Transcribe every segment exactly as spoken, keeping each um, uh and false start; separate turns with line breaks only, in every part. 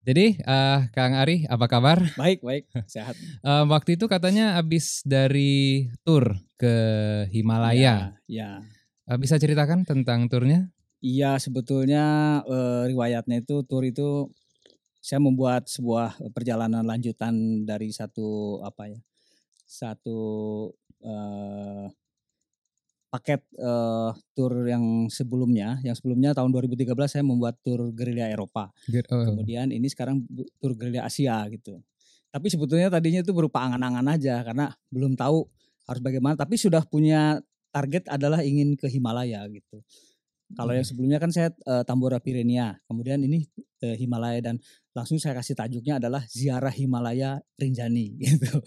Jadi uh, Kang Ari, apa kabar?
Baik, baik, sehat.
Uh, waktu itu katanya habis dari tour ke Himalaya.
Ya, ya.
Uh, bisa ceritakan tentang turnya?
Iya, sebetulnya eh, riwayatnya itu tour itu saya membuat sebuah perjalanan lanjutan dari satu apa ya, satu eh, paket eh, tour yang sebelumnya. Yang sebelumnya tahun dua ribu tiga belas saya membuat tour gerilya Eropa.
Ger- oh.
Kemudian ini sekarang bu- tour gerilya Asia gitu. Tapi sebetulnya tadinya itu berupa angan-angan aja karena belum tahu harus bagaimana. Tapi sudah punya target adalah ingin ke Himalaya gitu. Kalau yang sebelumnya kan saya eh, Tambora Pirenia, kemudian ini eh, Himalaya dan langsung saya kasih tajuknya adalah Ziarah Himalaya Rinjani gitu.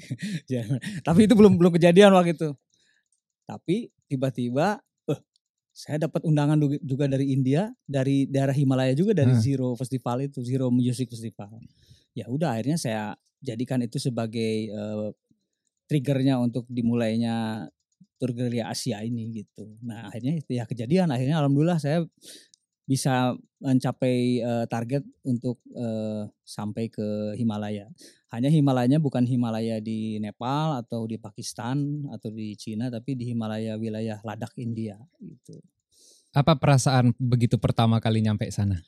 Tapi itu belum belum kejadian waktu itu. Tapi tiba-tiba eh, saya dapat undangan du- juga dari India, dari daerah Himalaya juga dari
Hah.
Zero Festival itu, Zero Music Festival. Ya udah akhirnya saya jadikan itu sebagai eh, triggernya untuk dimulainya tur gerilya Asia ini gitu. Nah akhirnya itu ya kejadian. Akhirnya alhamdulillah saya bisa mencapai uh, target untuk uh, sampai ke Himalaya. Hanya Himalayanya bukan Himalaya di Nepal atau di Pakistan atau di Cina, tapi di Himalaya wilayah Ladakh India gitu.
Apa perasaan begitu pertama kali nyampe sana?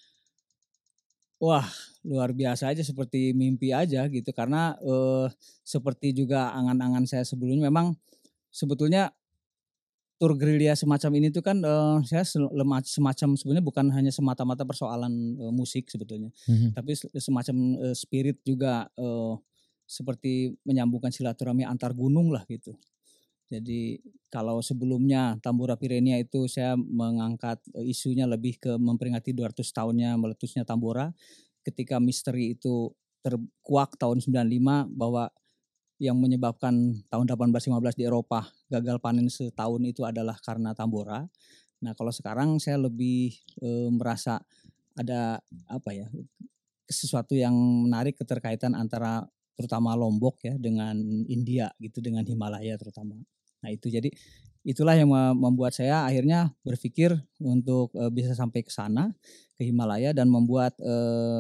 Wah, luar biasa aja, seperti mimpi aja gitu. Karena uh, seperti juga angan-angan saya sebelumnya, memang sebetulnya tur gerilya semacam ini tuh kan uh, saya semacam sebenarnya bukan hanya semata-mata persoalan uh, musik sebetulnya,
Mm-hmm.
tapi semacam uh, spirit juga, uh, seperti menyambungkan silaturahmi antar gunung lah gitu. Jadi kalau sebelumnya Tambora Pirenia itu saya mengangkat uh, isunya lebih ke memperingati dua ratus tahunnya meletusnya Tambora, ketika misteri itu terkuak tahun sembilan puluh lima bahwa yang menyebabkan tahun delapan belas lima belas di Eropa gagal panen setahun itu adalah karena Tambora. Nah kalau sekarang saya lebih e, merasa ada apa ya, sesuatu yang menarik, keterkaitan antara terutama Lombok ya dengan India gitu, dengan Himalaya terutama. Nah itu jadi itulah yang membuat saya akhirnya berpikir untuk e, bisa sampai ke sana, ke Himalaya, dan membuat e,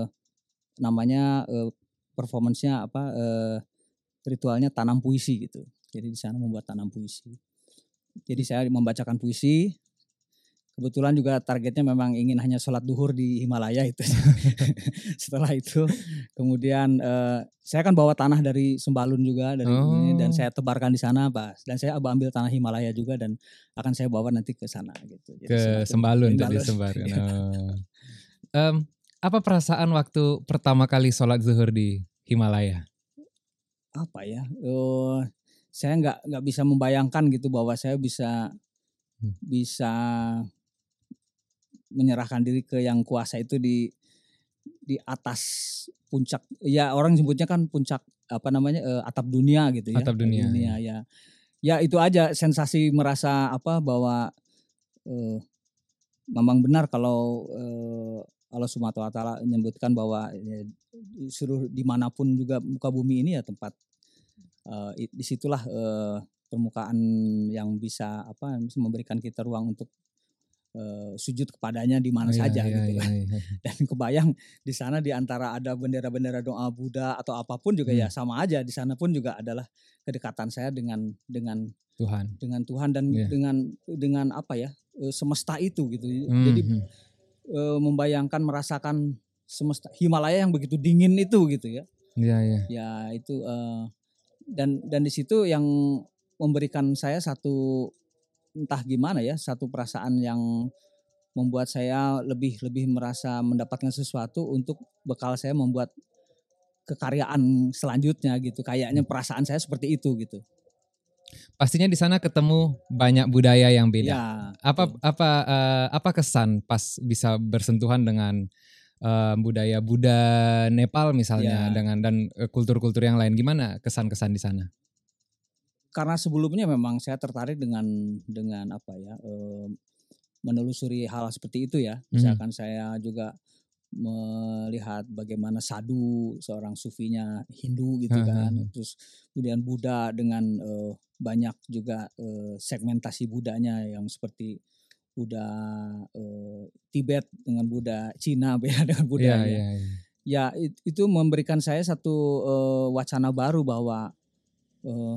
namanya e, performance-nya apa e, ritualnya tanam puisi gitu. Jadi di sana membuat tanam puisi. Jadi saya membacakan puisi. Kebetulan juga targetnya memang ingin hanya sholat duhur di Himalaya itu. Setelah itu kemudian eh, saya akan bawa tanah dari Sembalun juga dari
Oh.
ini, dan saya tebarkan di sana, Pak. Dan saya ambil tanah Himalaya juga dan akan saya bawa nanti ke sana gitu. Jadi
Ke Sembalun tadi Sembalun. Oh. um, apa perasaan waktu pertama kali sholat zuhur di Himalaya?
Apa ya? Uh, saya nggak nggak bisa membayangkan gitu bahwa saya bisa hmm. bisa menyerahkan diri ke yang kuasa itu di di atas puncak, ya orang sebutnya kan puncak apa namanya uh, atap dunia gitu ya.
Atap dunia.
dunia ya. Ya itu aja sensasi merasa apa bahwa uh, memang benar kalau uh, Allah Subhanahu wa taala menyebutkan bahwa ya, suruh dimanapun juga muka bumi ini ya tempat uh, disitulah uh, permukaan yang bisa apa bisa memberikan kita ruang untuk uh, sujud kepadanya di mana oh, saja iya, gitu iya, kan. Iya, iya. Dan kebayang di sana di antara ada bendera-bendera doa Buddha atau apapun juga hmm. ya sama aja, di sana pun juga adalah kedekatan saya dengan dengan
Tuhan.
Dengan Tuhan dan yeah. dengan dengan apa ya? Semesta itu gitu.
Hmm.
Jadi uh, membayangkan merasakan semesta Himalaya yang begitu dingin itu gitu ya.
Iya, iya.
Ya itu uh, dan dan di situ yang memberikan saya satu entah gimana ya, satu perasaan yang membuat saya lebih lebih merasa mendapatkan sesuatu untuk bekal saya membuat kekaryaan selanjutnya gitu. Kayaknya perasaan saya seperti itu gitu.
Pastinya di sana ketemu banyak budaya yang beda.
Ya,
apa betul. apa uh, apa kesan pas bisa bersentuhan dengan uh, budaya Buddha Nepal misalnya ya. dengan dan uh, kultur-kultur yang lain, gimana kesan-kesan di sana?
Karena sebelumnya memang saya tertarik dengan dengan apa ya, eh, menelusuri hal seperti itu ya. Misalkan hmm. saya juga melihat bagaimana sadhu, seorang sufinya Hindu gitu kan, hmm. terus kemudian Buddha dengan eh, banyak juga eh, segmentasi Buddhanya yang seperti Buddha eh, Tibet dengan Buddha Cina beda dengan Buddha yeah, ya. Yeah, yeah. Ya it, itu memberikan saya satu uh, wacana baru bahwa uh,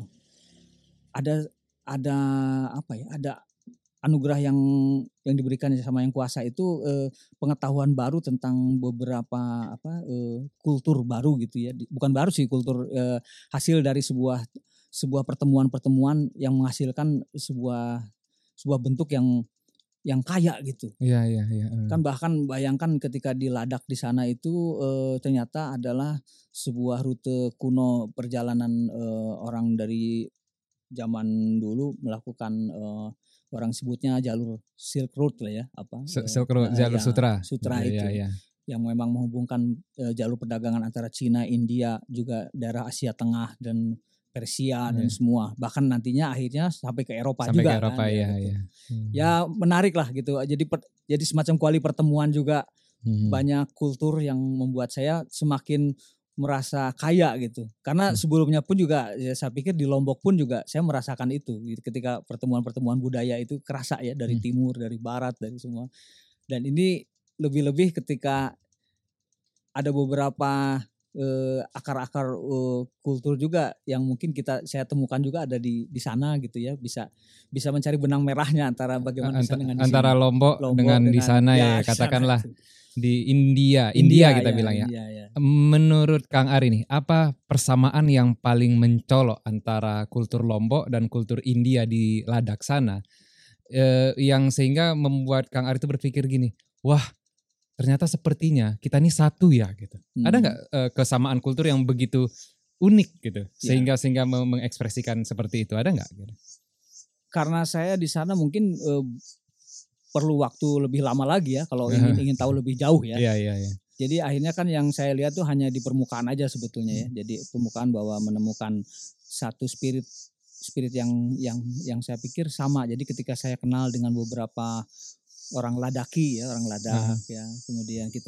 ada ada apa ya? Ada anugerah yang yang diberikan sama Yang Kuasa itu uh, pengetahuan baru tentang beberapa apa uh, kultur baru gitu ya. Bukan baru sih, kultur uh, hasil dari sebuah sebuah pertemuan-pertemuan yang menghasilkan sebuah sebuah bentuk yang yang kaya gitu.
Iya iya iya.
Kan bahkan bayangkan ketika di Ladakh di sana itu e, ternyata adalah sebuah rute kuno perjalanan e, orang dari zaman dulu melakukan e, orang sebutnya jalur Silk Road lah ya, apa? E,
Silk Road, jalur
ya,
sutra.
Sutra
gitu,
itu.
ya, ya.
Yang memang menghubungkan e, jalur perdagangan antara Cina, India, juga daerah Asia Tengah dan Persia dan hmm. semua, bahkan nantinya akhirnya sampai ke Eropa
sampai
juga
ke Eropa,
kan,
ya,
gitu.
ya.
Hmm. Ya menarik lah gitu. Jadi per, jadi semacam kuali pertemuan juga, hmm. banyak kultur yang membuat saya semakin merasa kaya gitu. Karena hmm. sebelumnya pun juga ya saya pikir di Lombok pun juga saya merasakan itu. Ketika pertemuan-pertemuan budaya itu kerasa ya dari hmm. timur, dari barat, dari semua. Dan ini lebih-lebih ketika ada beberapa Uh, akar-akar uh, kultur juga yang mungkin kita saya temukan juga ada di di sana gitu ya, bisa bisa mencari benang merahnya antara bagaimana
Ant-
di sana dengan di
antara
sini.
Lombok, Lombok dengan, dengan di sana ya, ya katakanlah sana. Di India, India, India kita ya, bilang ya. India, ya. Menurut Kang Ari nih, apa persamaan yang paling mencolok antara kultur Lombok dan kultur India di Ladakh sana, uh, yang sehingga membuat Kang Ari itu berpikir gini, wah ternyata sepertinya kita ini satu ya gitu. Hmm. Ada nggak uh, kesamaan kultur yang begitu unik gitu, sehingga ya. sehingga mengekspresikan seperti itu, ada nggak? Gitu?
Karena saya di sana mungkin uh, perlu waktu lebih lama lagi ya, kalau ingin ingin tahu lebih jauh ya.
Iya iya iya.
Jadi akhirnya kan yang saya lihat tuh hanya di permukaan aja sebetulnya ya. Jadi permukaan bahwa menemukan satu spirit spirit yang yang yang saya pikir sama. Jadi ketika saya kenal dengan beberapa orang Ladaki ya, orang Ladak uh-huh. ya. Kemudian kita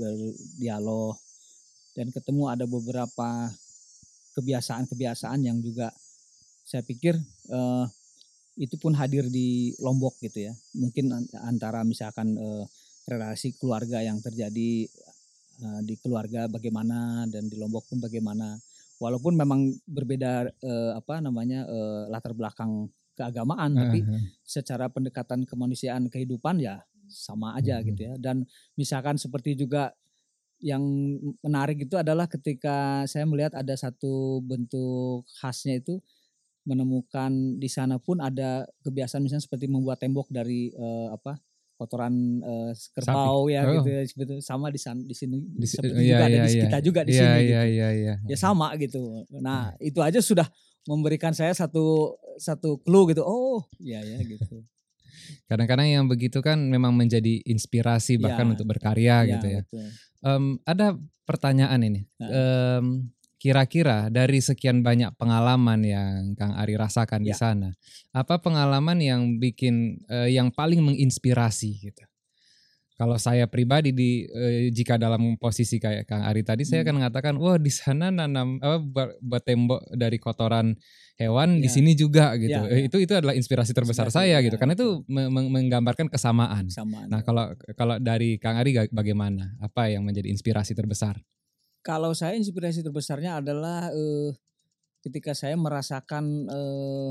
berdialog dan ketemu ada beberapa kebiasaan-kebiasaan yang juga saya pikir uh, itu pun hadir di Lombok gitu ya. Mungkin antara misalkan uh, relasi keluarga yang terjadi uh, di keluarga bagaimana dan di Lombok pun bagaimana. Walaupun memang berbeda uh, apa namanya uh, latar belakang keagamaan, uh-huh. tapi secara pendekatan kemanusiaan kehidupan ya sama aja uh-huh. gitu ya. Dan misalkan seperti juga yang menarik itu adalah ketika saya melihat ada satu bentuk khasnya itu, menemukan di sana pun ada kebiasaan misalnya seperti membuat tembok dari uh, apa kotoran uh, kerbau ya oh. gitu ya, sama di sana di sini di, seperti iya, juga iya, ada di kita iya. juga di iya, sini iya, gitu. Iya, iya, iya. Ya sama gitu. Nah, iya. itu aja sudah memberikan saya satu satu clue gitu. Oh, iya ya gitu.
Kadang-kadang yang begitu kan memang menjadi inspirasi bahkan ya, untuk berkarya ya, gitu ya. Um, ada pertanyaan ini. Nah. Um, Kira-kira dari sekian banyak pengalaman yang Kang Ari rasakan ya. di sana, apa pengalaman yang bikin uh, yang paling menginspirasi gitu? Kalau saya pribadi di uh, jika dalam posisi kayak Kang Ari tadi, hmm. saya akan mengatakan, wah di sana nanam apa buat tembok dari kotoran hewan, ya. di sini juga gitu. Ya, ya. Itu itu adalah inspirasi terbesar inspirasi, saya ya, gitu, karena itu me- menggambarkan kesamaan. kesamaan. Nah kalau kalau dari Kang Ari bagaimana? Apa yang menjadi inspirasi terbesar?
Kalau saya inspirasi terbesarnya adalah uh, ketika saya merasakan uh,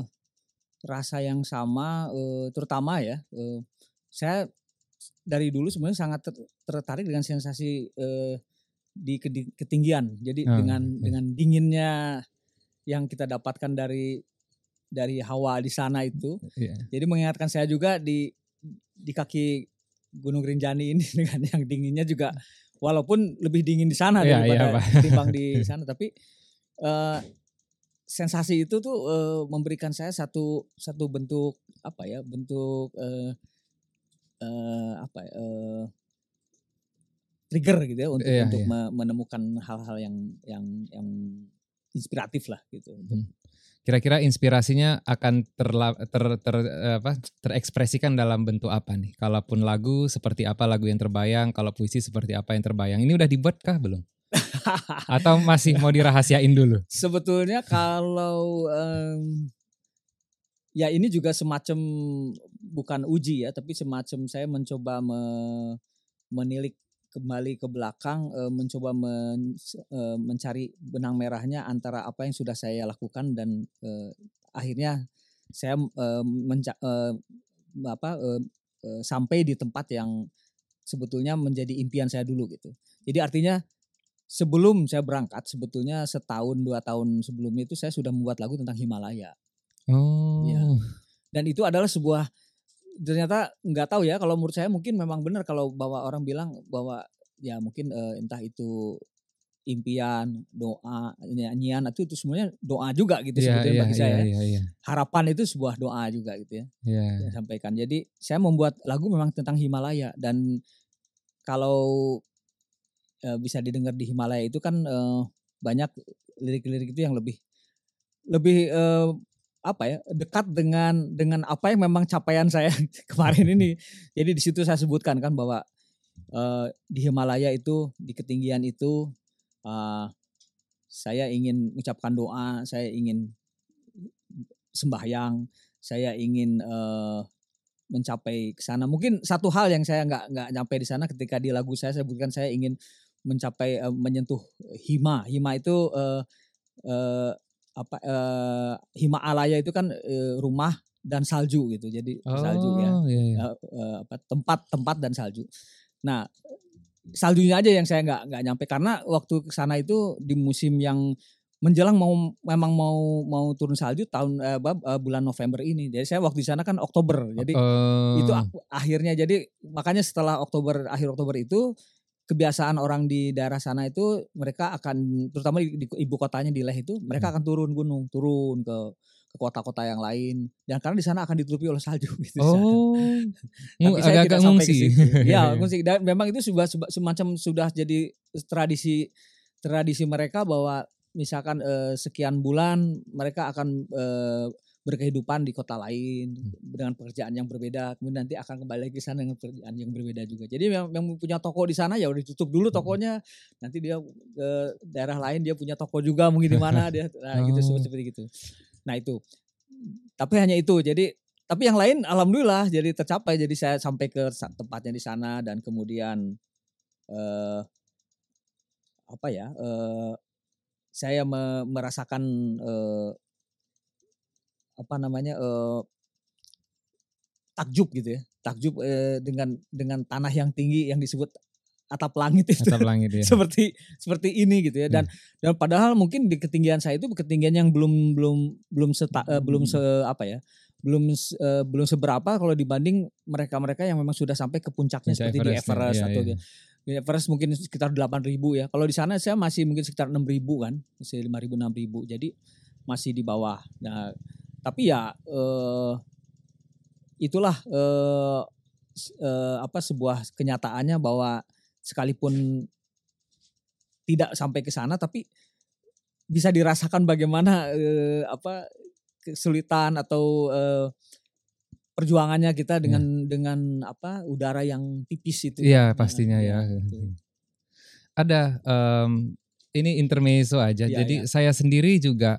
rasa yang sama, uh, terutama ya, uh, saya dari dulu sebenarnya sangat ter- tertarik dengan sensasi uh, di ketinggian. Jadi oh, dengan okay. dengan dinginnya yang kita dapatkan dari dari hawa di sana itu, yeah. jadi mengingatkan saya juga di di kaki Gunung Rinjani ini dengan yang dinginnya juga. Walaupun lebih dingin di sana yeah, daripada yeah, ketimbang di sana, tapi uh, sensasi itu tuh uh, memberikan saya satu satu bentuk apa ya, bentuk uh, uh, apa uh, trigger gitu ya untuk yeah, untuk yeah. menemukan hal-hal yang yang yang inspiratif lah gitu. Hmm.
Kira-kira inspirasinya akan terla, ter, ter, apa, terekspresikan dalam bentuk apa nih? Kalaupun lagu, seperti apa lagu yang terbayang? Kalau puisi, seperti apa yang terbayang? Ini udah dibuat kah belum? Atau masih mau dirahasiain dulu?
Sebetulnya kalau um, ya ini juga semacam bukan uji ya, tapi semacam saya mencoba me, menilik kembali ke belakang, uh, mencoba men, uh, mencari benang merahnya antara apa yang sudah saya lakukan dan uh, akhirnya saya uh, menca- uh, apa uh, uh, sampai di tempat yang sebetulnya menjadi impian saya dulu gitu. Jadi artinya sebelum saya berangkat, sebetulnya setahun dua tahun sebelumnya itu saya sudah membuat lagu tentang Himalaya.
Oh.
Ya. Dan itu adalah sebuah, ternyata nggak tahu ya, kalau menurut saya mungkin memang benar kalau bahwa orang bilang bahwa ya mungkin uh, entah itu impian, doa, nyanyian itu itu semuanya doa juga gitu
yeah,
sebetulnya
yeah,
bagi saya.
Yeah, yeah, yeah.
Harapan itu sebuah doa juga gitu ya.
Yeah.
Saya sampaikan. Jadi saya membuat lagu memang tentang Himalaya, dan kalau e, bisa didengar di Himalaya itu kan e, banyak lirik-lirik itu yang lebih lebih e, apa ya, dekat dengan dengan apa yang memang capaian saya kemarin ini. Jadi di situ saya sebutkan kan bahwa e, di Himalaya itu, di ketinggian itu Uh, saya ingin mengucapkan doa, saya ingin sembahyang, saya ingin uh, mencapai ke sana. Mungkin satu hal yang saya nggak nggak nyampe di sana ketika di lagu saya sebutkan saya ingin mencapai uh, menyentuh hima. Hima itu uh, uh, apa uh, Himalaya itu kan uh, rumah dan salju gitu. Jadi
oh,
salju ya.
Iya, iya.
Uh, uh, apa tempat tempat dan salju. Nah, saljunya aja yang saya nggak nggak nyampe karena waktu ke sana itu di musim yang menjelang mau memang mau mau turun salju tahun eh, bulan November ini. Jadi saya waktu di sana kan Oktober. Jadi uh. itu akhirnya, jadi makanya setelah Oktober, akhir Oktober itu kebiasaan orang di daerah sana itu mereka akan, terutama di, di ibu kotanya di Leh itu, mereka akan turun gunung, turun ke ke kota-kota yang lain, dan karena di sana akan ditutupi oleh salju gitu.
Oh,
tapi saya
agak-agak
tidak sampai
ngungsi.
ke situ. Ya, ngungsi. Dan memang itu sudah semacam sudah jadi tradisi tradisi mereka bahwa misalkan eh, sekian bulan mereka akan eh, berkehidupan di kota lain dengan pekerjaan yang berbeda, kemudian nanti akan kembali ke sana dengan pekerjaan yang berbeda juga. Jadi yang, yang punya toko di sana ya udah ditutup dulu tokonya, nanti dia ke daerah lain dia punya toko juga mungkin di mana dia, nah gitu
oh.
seperti gitu. Nah itu, tapi hanya itu. Jadi, tapi yang lain alhamdulillah jadi tercapai. Jadi saya sampai ke tempatnya di sana dan kemudian eh, apa ya? Eh, saya me, merasakan eh, apa namanya? Eh, takjub gitu ya. Takjub eh, dengan dengan tanah yang tinggi yang disebut atap langit itu.
Atap langit ya.
seperti seperti ini gitu ya. Dan hmm. dan padahal mungkin di ketinggian saya itu ketinggian yang belum belum belum seta, uh, belum se apa ya? belum uh, belum seberapa kalau dibanding mereka-mereka yang memang sudah sampai ke puncaknya Puncak seperti Everest, di Everest ya, atau ya. Di Everest mungkin sekitar delapan ribu ya. Kalau di sana saya masih mungkin sekitar enam ribu kan, masih lima ribu enam ribu. Jadi masih di bawah. Nah, tapi ya uh, itulah uh, uh, apa sebuah kenyataannya bahwa sekalipun tidak sampai ke sana, tapi bisa dirasakan bagaimana eh, apa kesulitan atau eh, perjuangannya kita dengan ya. dengan apa udara yang tipis itu.
Iya pastinya ya. ya. Gitu. Ada um, ini intermezzo aja. Ya, Jadi ya. Saya sendiri juga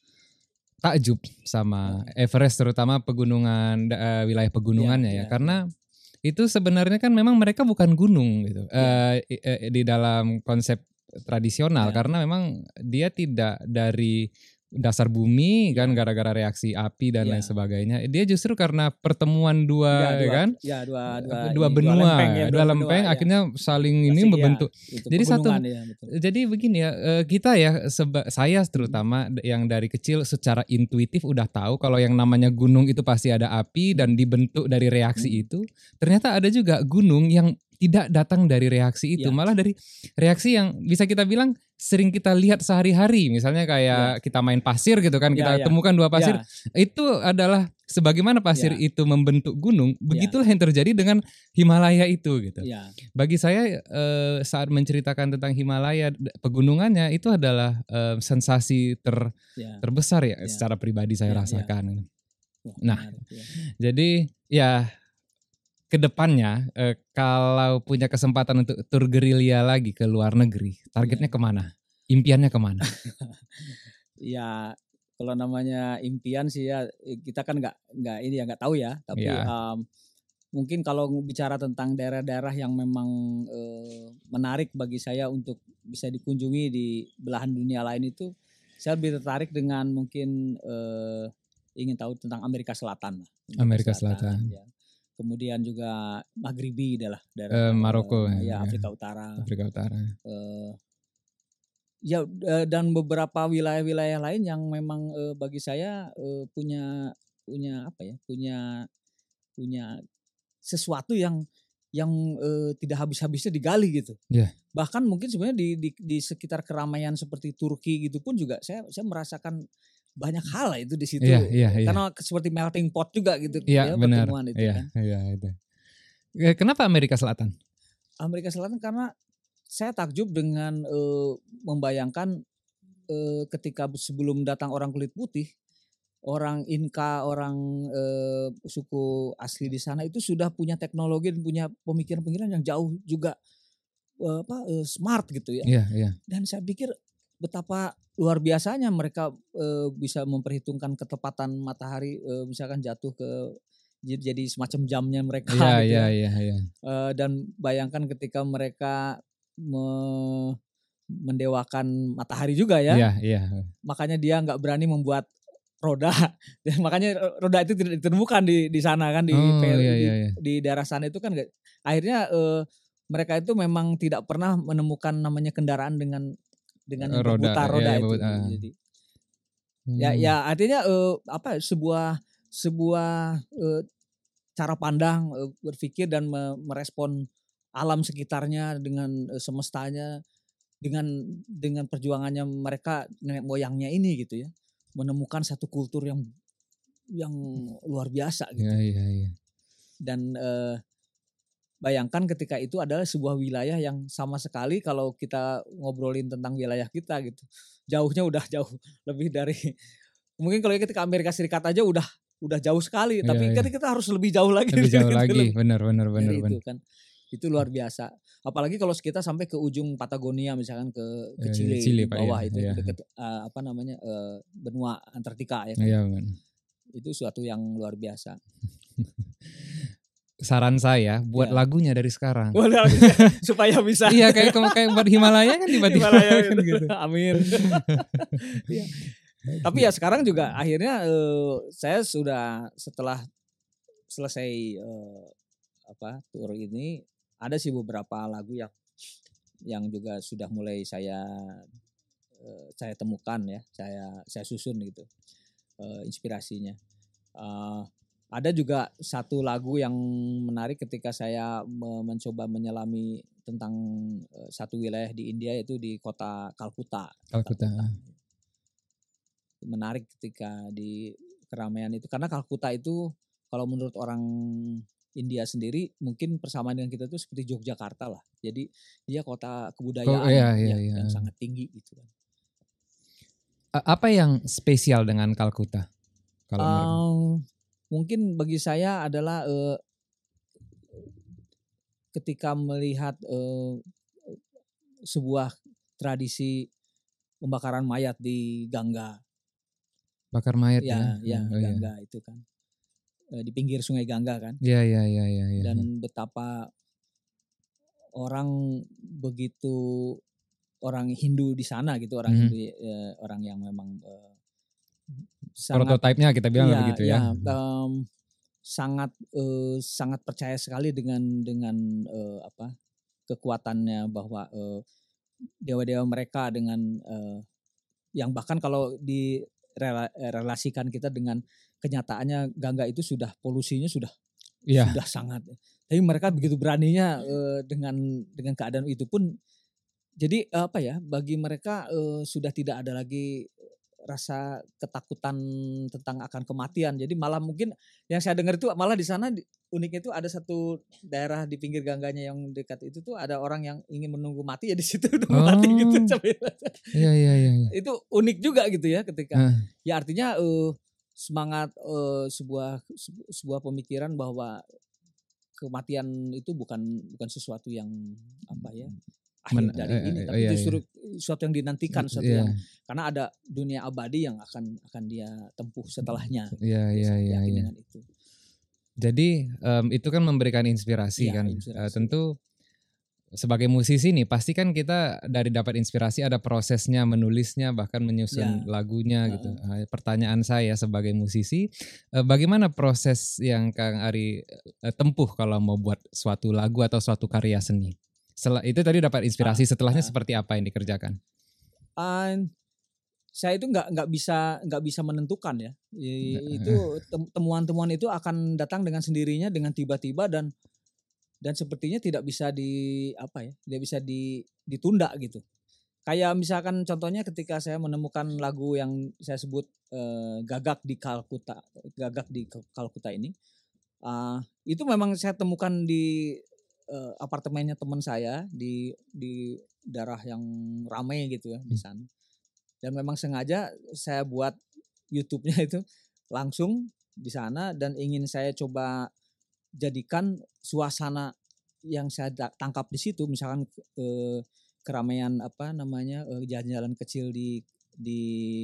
takjub sama ya. Everest, terutama pegunungan uh, wilayah pegunungannya ya, ya, ya karena ya. Itu sebenarnya kan memang mereka bukan gunung gitu yeah. uh, di dalam konsep tradisional yeah. karena memang dia tidak dari dasar bumi yeah. kan gara-gara reaksi api dan yeah. lain sebagainya. Dia justru karena pertemuan dua, yeah, dua kan
ya, dua, dua,
dua
ini,
benua,
dua lempeng, ya,
dua lempeng ya. Akhirnya saling Masih, ini ya, membentuk. Jadi satu
ya,
jadi begini ya, kita ya seba, saya terutama hmm. yang dari kecil secara intuitif udah tahu kalau yang namanya gunung itu pasti ada api dan dibentuk dari reaksi hmm. itu. Ternyata ada juga gunung yang tidak datang dari reaksi itu, ya. Malah dari reaksi yang bisa kita bilang sering kita lihat sehari-hari. Misalnya kayak ya. Kita main pasir gitu kan, kita ya, ya. temukan dua pasir. Ya. Itu adalah sebagaimana pasir ya. Itu membentuk gunung, begitulah ya. Yang terjadi dengan Himalaya itu gitu. Ya. Bagi saya eh, saat menceritakan tentang Himalaya pegunungannya itu adalah eh, sensasi ter, ya. terbesar ya, ya secara pribadi saya ya, rasakan. Ya. Wah, nah, ya. Jadi ya kedepannya eh, kalau punya kesempatan untuk tur gerilya lagi ke luar negeri, targetnya ya. Kemana? Impiannya kemana?
Ya kalau namanya impian sih ya kita kan nggak nggak ini ya nggak tahu ya. Tapi ya. um, mungkin kalau bicara tentang daerah-daerah yang memang eh, menarik bagi saya untuk bisa dikunjungi di belahan dunia lain itu, saya lebih tertarik dengan mungkin eh, ingin tahu tentang Amerika Selatan.
Amerika Selatan.
Ya. Kemudian juga Maghribi adalah
uh,
daerah
Maroko,
uh,
ya.
ya Afrika Utara.
Afrika Utara.
Uh, ya uh, dan beberapa wilayah-wilayah lain yang memang uh, bagi saya uh, punya punya apa ya? punya punya sesuatu yang yang uh, tidak habis-habisnya digali gitu.
Yeah.
Bahkan mungkin sebenarnya di, di di sekitar keramaian seperti Turki gitu pun juga saya saya merasakan banyak hal lah itu di situ,
iya, iya, iya.
karena seperti melting pot juga gitu,
iya,
ya,
benar.
pertemuan itu
iya,
kan.
Iya, itu. Kenapa Amerika Selatan?
Amerika Selatan karena saya takjub dengan uh, membayangkan uh, ketika sebelum datang orang kulit putih, orang Inka, orang uh, suku asli di sana itu sudah punya teknologi dan punya pemikiran-pemikiran yang jauh juga uh, apa uh, smart gitu ya.
Iya, iya.
Dan saya pikir betapa luar biasanya mereka e, bisa memperhitungkan ketepatan matahari, e, misalkan jatuh ke jadi semacam jamnya mereka.
Iya,
gitu
iya,
ya.
iya, iya.
E, dan bayangkan ketika mereka me, mendewakan matahari juga ya.
Iya, iya.
Makanya dia nggak berani membuat roda, dan makanya roda itu tidak ditemukan di di sana kan di
oh,
iya,
iya,
di,
iya, iya.
di daerah sana itu kan gak, akhirnya e, mereka itu memang tidak pernah menemukan namanya kendaraan dengan dengan yang
roda,
berputar roda
ya, ya,
itu.
uh.
Jadi
hmm.
ya ya artinya uh, apa sebuah sebuah uh, cara pandang uh, berpikir dan me- merespon alam sekitarnya dengan uh, semestanya dengan dengan perjuangannya mereka nenek moyangnya ini gitu ya, menemukan satu kultur yang yang luar biasa gitu.
Ya, ya, ya.
Dan uh, bayangkan ketika itu adalah sebuah wilayah yang sama sekali kalau kita ngobrolin tentang wilayah kita gitu, jauhnya udah jauh lebih dari mungkin kalau kita ke Amerika Serikat aja udah udah jauh sekali,
iya,
tapi
iya.
kan kita harus lebih jauh lagi.
Lebih jauh
gitu,
lagi, benar benar benar
itu
benar.
kan, itu luar biasa. Apalagi kalau kita sampai ke ujung Patagonia misalkan ke ke Chile,
Chile
di bawah
Pak,
itu
ya,
dekat uh, apa namanya uh, benua Antartika ya kan.
Ya,
itu suatu yang luar biasa.
Saran saya buat ya. lagunya dari sekarang.
Supaya bisa.
Iya kayak kayak buat Himalaya kan tiba-tiba kan gitu.
Amin. ya. Tapi ya sekarang juga akhirnya uh, saya sudah setelah selesai uh, apa tur ini ada sih beberapa lagu yang yang juga sudah mulai saya uh, saya temukan ya, saya saya susun gitu uh, inspirasinya. Uh, Ada juga satu lagu yang menarik ketika saya me- mencoba menyelami tentang uh, satu wilayah di India, yaitu di kota Kalkuta.
Kalkuta.
Menarik ketika di keramaian itu, karena Kalkuta itu kalau menurut orang India sendiri mungkin persamaan dengan kita itu seperti Yogyakarta lah. Jadi dia kota kebudayaan
oh, iya, iya,
yang,
iya.
yang sangat tinggi gitu kan.
Apa yang spesial dengan Kalkuta? Kalau
um, mungkin bagi saya adalah uh, ketika melihat uh, sebuah tradisi pembakaran mayat di Gangga.
Bakar mayat
ya?
Ya,
ya
oh,
Gangga
iya.
itu kan. Uh, di pinggir Sungai Gangga kan.
Iya, iya, iya, iya. Ya.
Dan betapa orang begitu, orang Hindu di sana gitu, orang mm-hmm. Hindu uh, orang yang memang uh,
prototipenya kita bilang
iya,
begitu ya.
ya um, sangat uh, sangat percaya sekali dengan dengan uh, apa kekuatannya, bahwa uh, dewa-dewa mereka dengan uh, yang bahkan kalau direlasikan kita dengan kenyataannya, Gangga itu sudah polusinya sudah
ya.
sudah sangat. Tapi mereka begitu beraninya uh, dengan dengan keadaan itu pun, jadi apa ya, bagi mereka uh, sudah tidak ada lagi rasa ketakutan tentang akan kematian. Jadi malah mungkin yang saya dengar itu malah di sana uniknya itu ada satu daerah di pinggir Gangganya yang dekat itu tuh ada orang yang ingin menunggu mati ya di situ udah oh. mati gitu.
Iya iya iya.
Itu unik juga gitu ya ketika
uh.
ya artinya uh, semangat uh, sebuah sebuah pemikiran bahwa kematian itu bukan bukan sesuatu yang apa ya akhir Men, dari ini, eh, tapi iya, justru iya. suatu yang dinantikan, suatu iya. yang karena ada dunia abadi yang akan akan dia tempuh setelahnya.
Iya iya iya.
Dengan itu.
Jadi um, itu kan memberikan inspirasi ya, kan. Inspirasi. Uh, tentu sebagai musisi nih pasti kan kita dari dapat inspirasi ada prosesnya menulisnya bahkan menyusun ya. lagunya uh-uh. gitu. Uh, pertanyaan saya sebagai musisi, uh, bagaimana proses yang Kang Ari uh, tempuh kalau mau buat suatu lagu atau suatu karya seni? Setelah itu tadi dapat inspirasi, setelahnya uh, seperti apa yang dikerjakan?
Uh, saya itu nggak nggak bisa nggak bisa menentukan ya. Itu temuan-temuan itu akan datang dengan sendirinya dengan tiba-tiba dan dan sepertinya tidak bisa di apa ya, tidak bisa di, ditunda gitu. Kayak misalkan contohnya ketika saya menemukan lagu yang saya sebut eh, Gagak di Kalkuta, Gagak di Kalkuta ini, uh, itu memang saya temukan di uh, apartemennya teman saya di di daerah yang ramai gitu ya di sana. Dan memang sengaja saya buat YouTube-nya itu langsung di sana dan ingin saya coba jadikan suasana yang saya tangkap di situ, misalkan eh, keramaian apa namanya eh, jalan-jalan kecil di di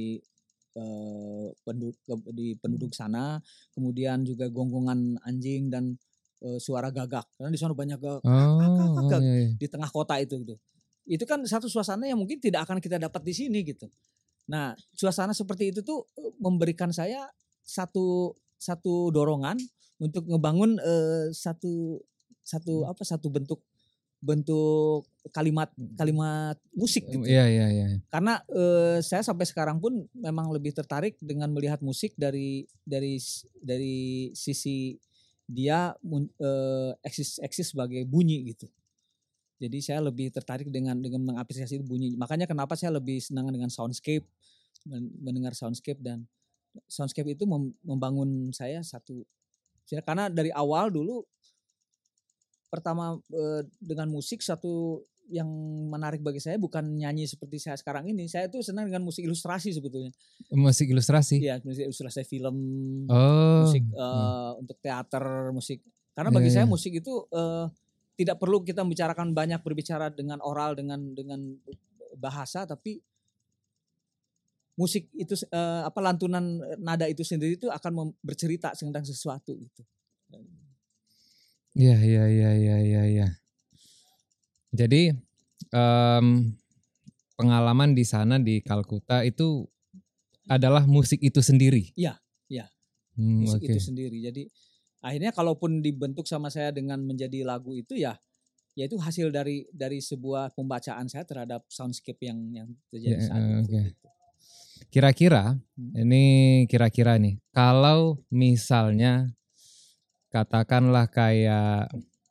eh, penduduk di penduduk sana, kemudian juga gonggongan anjing dan eh, suara gagak karena di sana banyak gagak,
oh,
gagak, gagak
iya, iya.
di tengah kota itu gitu. Itu kan satu suasana yang mungkin tidak akan kita dapat di sini gitu. Nah, suasana seperti itu tuh memberikan saya satu satu dorongan untuk ngebangun uh, satu satu apa satu bentuk bentuk kalimat kalimat musik gitu.
Iya iya iya.
Karena uh, saya sampai sekarang pun memang lebih tertarik dengan melihat musik dari dari dari sisi dia uh, eksis eksis sebagai bunyi gitu. Jadi saya lebih tertarik dengan dengan mengapresiasi bunyi. Makanya kenapa saya lebih senang dengan soundscape, mendengar soundscape dan soundscape itu membangun saya satu. Karena dari awal dulu pertama eh, dengan musik satu yang menarik bagi saya bukan nyanyi seperti saya sekarang ini. Saya tuh senang dengan musik ilustrasi sebetulnya.
Musik ilustrasi?
Iya, musik ilustrasi film,
oh.
musik eh, hmm. untuk teater, musik. Karena bagi yeah, saya yeah. musik itu eh, tidak perlu kita membicarakan banyak berbicara dengan oral dengan dengan bahasa, tapi musik itu uh, apa lantunan nada itu sendiri itu akan bercerita tentang sesuatu gitu.
Iya iya iya iya iya. Ya. Jadi um, pengalaman di sana di Kalkuta itu adalah musik itu sendiri.
Iya iya.
Hmm,
musik
okay.
itu sendiri. Jadi akhirnya kalaupun dibentuk sama saya dengan menjadi lagu itu ya, ya itu hasil dari dari sebuah pembacaan saya terhadap soundscape yang yang terjadi
yeah,
saat itu.
Okay.
Gitu.
Kira-kira, hmm. ini kira-kira nih, kalau misalnya katakanlah kayak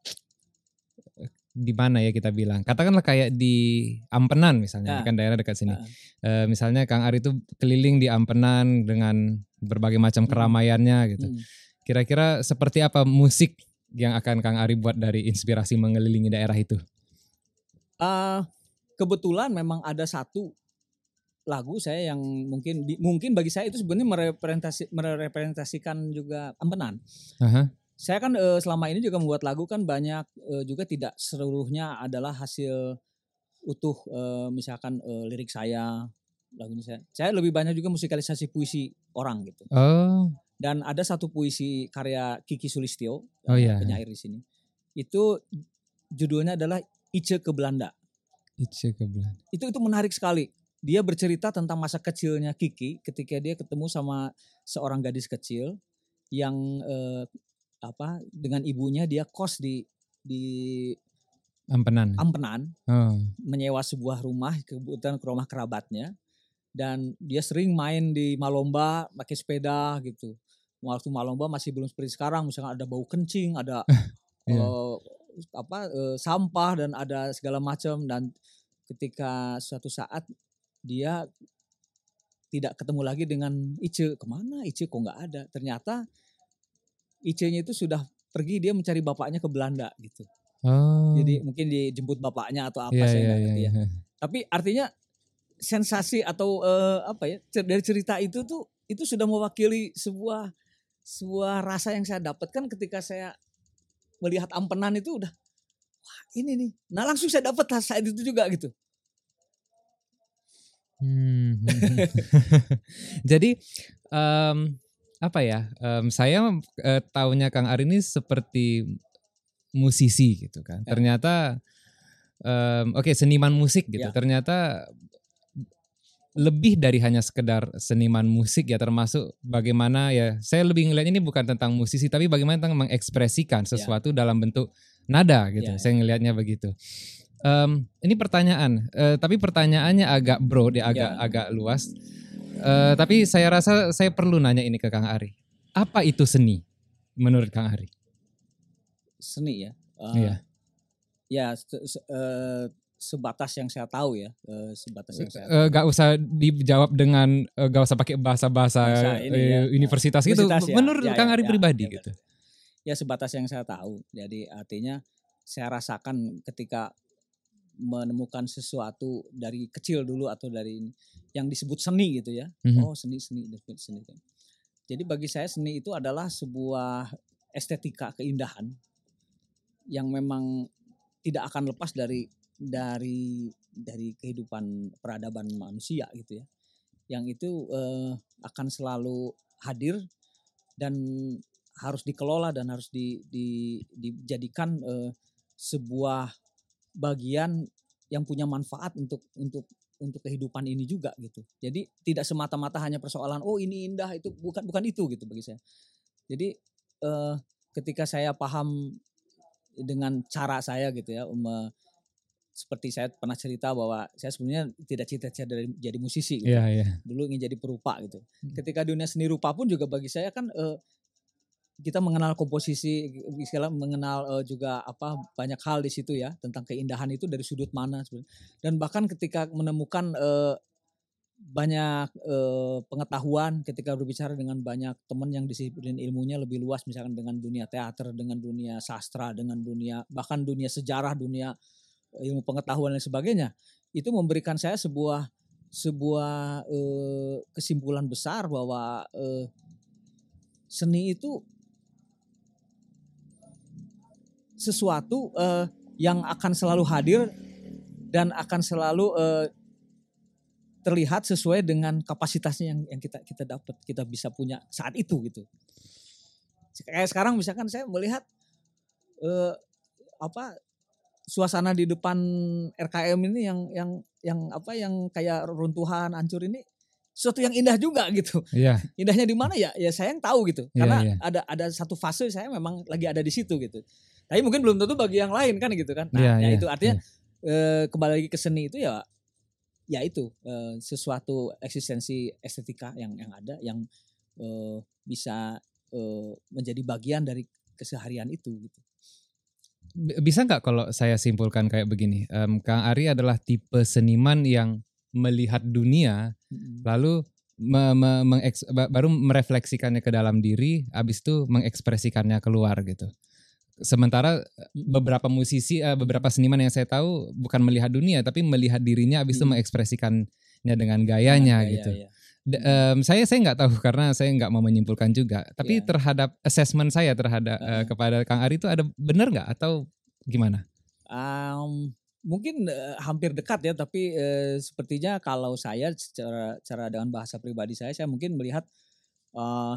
di mana ya kita bilang, katakanlah kayak di Ampenan misalnya, nah. kan daerah dekat sini. Nah. E, misalnya Kang Ari itu keliling di Ampenan dengan berbagai macam keramaiannya gitu. Hmm. Kira-kira seperti apa musik yang akan Kang Ari buat dari inspirasi mengelilingi daerah itu?
Uh, kebetulan memang ada satu lagu saya yang mungkin mungkin bagi saya itu sebenarnya merepresentasi, merepresentasikan juga Ampenan. Uh-huh. Saya kan e, selama ini juga membuat lagu kan banyak e, juga tidak seluruhnya adalah hasil utuh e, misalkan e, lirik saya, lagunya saya. Saya lebih banyak juga musikalisasi puisi orang gitu.
Oh.
Dan ada satu puisi karya Kiki Sulistyo,
oh, iya.
penyair di sini. Itu judulnya adalah Ice ke Belanda.
Ice ke Belanda.
Itu itu menarik sekali. Dia bercerita tentang masa kecilnya Kiki ketika dia ketemu sama seorang gadis kecil yang eh, apa dengan ibunya dia kos di di
Ampenan.
Ampenan,
oh.
menyewa sebuah rumah kebetulan ke rumah kerabatnya dan dia sering main di Malomba pakai sepeda gitu. Waktu Malomba masih belum seperti sekarang, misalnya ada bau kencing, ada yeah. eh, apa eh, sampah dan ada segala macam dan ketika suatu saat dia tidak ketemu lagi dengan Ice. Kemana Ice kok nggak ada? Ternyata Ice-nya itu sudah pergi, dia mencari bapaknya ke Belanda gitu.
Oh.
Jadi mungkin dijemput bapaknya atau apa,
yeah,
saya nggak
yeah,
ngerti
yeah,
ya.
yeah.
Tapi artinya sensasi atau uh, apa ya dari cerita itu tuh itu sudah mewakili sebuah sebuah rasa yang saya dapatkan ketika saya melihat Ampenan itu udah wah ini nih. Nah langsung saya dapat saat itu juga gitu.
Hmm. Jadi um, apa ya? Um, saya uh, taunya Kang Ari ini seperti musisi gitu kan. Ya. Ternyata um, oke okay, seniman musik gitu. Ya. Ternyata lebih dari hanya sekedar seniman musik ya, termasuk bagaimana ya, saya lebih ngeliat ini bukan tentang musisi tapi bagaimana tentang mengekspresikan sesuatu ya. Dalam bentuk nada gitu. Ya, saya ngelihatnya begitu. Um, ini pertanyaan, uh, tapi pertanyaannya agak broad ya, agak ya. agak luas. Uh, tapi saya rasa saya perlu nanya ini ke Kang Ari. Apa itu seni menurut Kang Ari?
Seni ya. Uh,
iya.
Ya se- se- uh, sebatas yang saya tahu ya, uh, sebatas yang saya tahu.
Uh, gak usah dijawab dengan uh, gak usah pakai bahasa-bahasa uh, ya, universitas, uh, gitu. Universitas ya. Menurut ya, Kang Ari ya, pribadi ya, gitu.
Ya sebatas yang saya tahu. Jadi artinya saya rasakan ketika menemukan sesuatu dari kecil dulu atau dari yang disebut seni gitu ya. Mm-hmm. Oh seni seni seni. Jadi bagi saya seni itu adalah sebuah estetika keindahan yang memang tidak akan lepas dari dari dari kehidupan peradaban manusia gitu ya. Yang itu eh, akan selalu hadir dan harus dikelola dan harus di, di, dijadikan eh, sebuah bagian yang punya manfaat untuk untuk untuk kehidupan ini juga gitu. Jadi tidak semata-mata hanya persoalan oh ini indah, itu bukan bukan itu gitu bagi saya. Jadi eh, ketika saya paham dengan cara saya gitu ya, um, seperti saya pernah cerita bahwa saya sebenarnya tidak cita-cita dari jadi musisi gitu.
Yeah, yeah.
Dulu ingin jadi perupa gitu. Ketika dunia seni rupa pun juga bagi saya kan eh, kita mengenal komposisi, mengenal uh, juga apa banyak hal di situ ya tentang keindahan itu dari sudut mana sebenarnya. Dan bahkan ketika menemukan uh, banyak uh, pengetahuan ketika berbicara dengan banyak teman yang disiplin ilmunya lebih luas, misalkan dengan dunia teater, dengan dunia sastra, dengan dunia bahkan dunia sejarah, dunia ilmu pengetahuan dan sebagainya, itu memberikan saya sebuah sebuah uh, kesimpulan besar bahwa uh, seni itu sesuatu uh, yang akan selalu hadir dan akan selalu uh, terlihat sesuai dengan kapasitasnya yang yang kita kita dapat, kita bisa punya saat itu gitu. Kayak sekarang misalkan saya melihat uh, apa suasana di depan R K M ini yang yang yang apa yang kayak runtuhan, hancur ini sesuatu yang indah juga gitu.
Yeah.
Indahnya di mana ya? Ya saya yang tahu gitu. Karena
yeah, yeah.
ada ada satu fase saya memang lagi ada di situ gitu. Tapi mungkin belum tentu bagi yang lain kan gitu kan. Nah,
yeah,
ya
yeah,
itu artinya
yeah.
eh, kembali lagi ke seni itu ya ya itu eh, sesuatu eksistensi estetika yang yang ada yang eh, bisa eh, menjadi bagian dari keseharian itu gitu.
Bisa nggak kalau saya simpulkan kayak begini, um, Kang Ari adalah tipe seniman yang melihat dunia mm-hmm. lalu me, me, mengeks, baru merefleksikannya ke dalam diri, habis itu mengekspresikannya keluar gitu. Sementara beberapa musisi, beberapa seniman yang saya tahu bukan melihat dunia, tapi melihat dirinya, habis itu hmm. mengekspresikannya dengan gayanya nah, gitu. Gaya, ya. D- um, saya saya nggak tahu karena saya nggak mau menyimpulkan juga. Tapi ya. Terhadap assessment saya terhadap uh, uh, kepada Kang Ari itu ada benar nggak atau gimana?
Um, mungkin uh, hampir dekat ya, tapi uh, sepertinya kalau saya secara, secara dengan bahasa pribadi saya, saya mungkin melihat. Uh,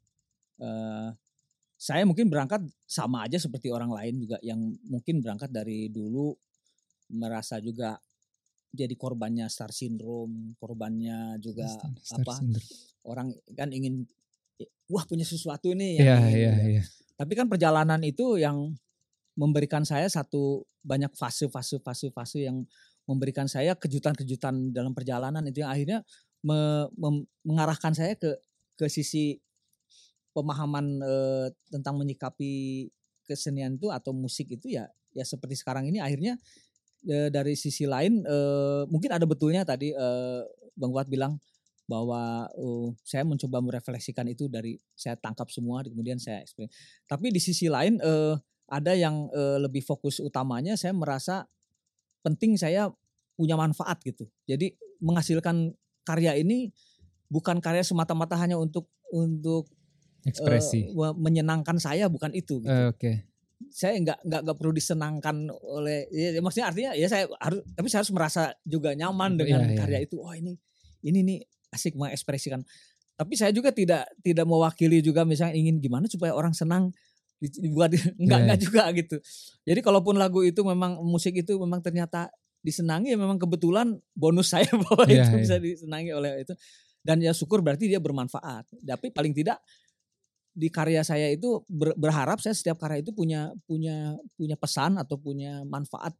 uh, Saya mungkin berangkat sama aja seperti orang lain juga yang mungkin berangkat dari dulu merasa juga jadi korbannya star syndrome, korbannya juga star, star apa syndrome. Orang kan ingin wah punya sesuatu nih yang
yeah,
ingin,
yeah,
ya.
yeah.
Tapi kan perjalanan itu yang memberikan saya satu banyak fase-fase fase-fase yang memberikan saya kejutan-kejutan dalam perjalanan itu yang akhirnya me, me, mengarahkan saya ke ke sisi pemahaman eh, tentang menyikapi kesenian itu atau musik itu ya ya seperti sekarang ini akhirnya eh, dari sisi lain eh, mungkin ada betulnya tadi eh, Bang Fuad bilang bahwa uh, saya mencoba merefleksikan itu dari saya tangkap semua kemudian saya ekspresi. Tapi di sisi lain eh, ada yang eh, lebih fokus utamanya saya merasa penting saya punya manfaat gitu. Jadi menghasilkan karya ini bukan karya semata-mata hanya untuk untuk
ekspresi
uh, menyenangkan saya, bukan itu gitu.
Uh, Oke. Okay.
Saya nggak nggak nggak perlu disenangkan oleh ya, maksudnya artinya ya saya harus tapi saya harus merasa juga nyaman dengan yeah, karya yeah. itu. Oh ini ini nih asik mengekspresikan. Tapi saya juga tidak tidak mewakili juga misalnya ingin gimana supaya orang senang dibuat enggak yeah. enggak juga gitu. Jadi kalaupun lagu itu memang musik itu memang ternyata disenangi ya memang kebetulan bonus saya bahwa yeah, itu yeah. bisa disenangi oleh itu. Dan ya syukur berarti dia bermanfaat. Tapi paling tidak di karya saya itu ber, berharap saya setiap karya itu punya punya punya pesan atau punya manfaat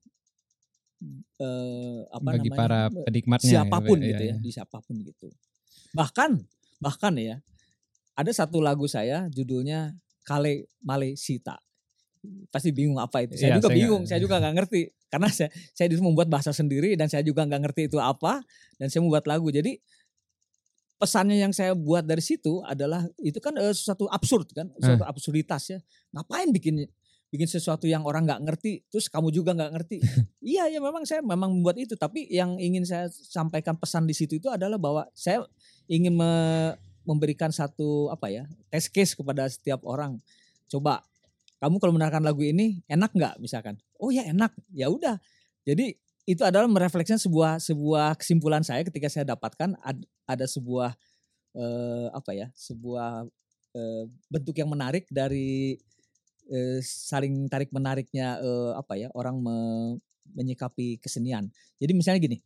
eh, apa
bagi
namanya
para penikmatnya
siapapun
ya,
gitu
ya,
ya,
ya
di siapapun gitu. Bahkan bahkan ya ada satu lagu saya judulnya Kale Male Sita. Pasti bingung apa itu. Saya ya, juga saya bingung, gak, saya juga nggak ngerti karena saya saya dulu membuat bahasa sendiri dan saya juga nggak ngerti itu apa dan saya membuat lagu. Jadi pesannya yang saya buat dari situ adalah itu kan uh, sesuatu absurd kan, sesuatu hmm. absurditas ya. Ngapain bikin bikin sesuatu yang orang nggak ngerti, terus kamu juga nggak ngerti. Iya ya memang saya memang membuat itu, tapi yang ingin saya sampaikan pesan di situ itu adalah bahwa saya ingin me, memberikan satu apa ya test case kepada setiap orang. Coba kamu kalau mendengarkan lagu ini enak nggak misalkan? Oh ya enak, ya udah. Jadi itu adalah merefleksikan sebuah sebuah kesimpulan saya ketika saya dapatkan ad, ada sebuah eh, apa ya sebuah eh, bentuk yang menarik dari eh, saling tarik menariknya eh, apa ya orang me, menyikapi kesenian. Jadi misalnya gini,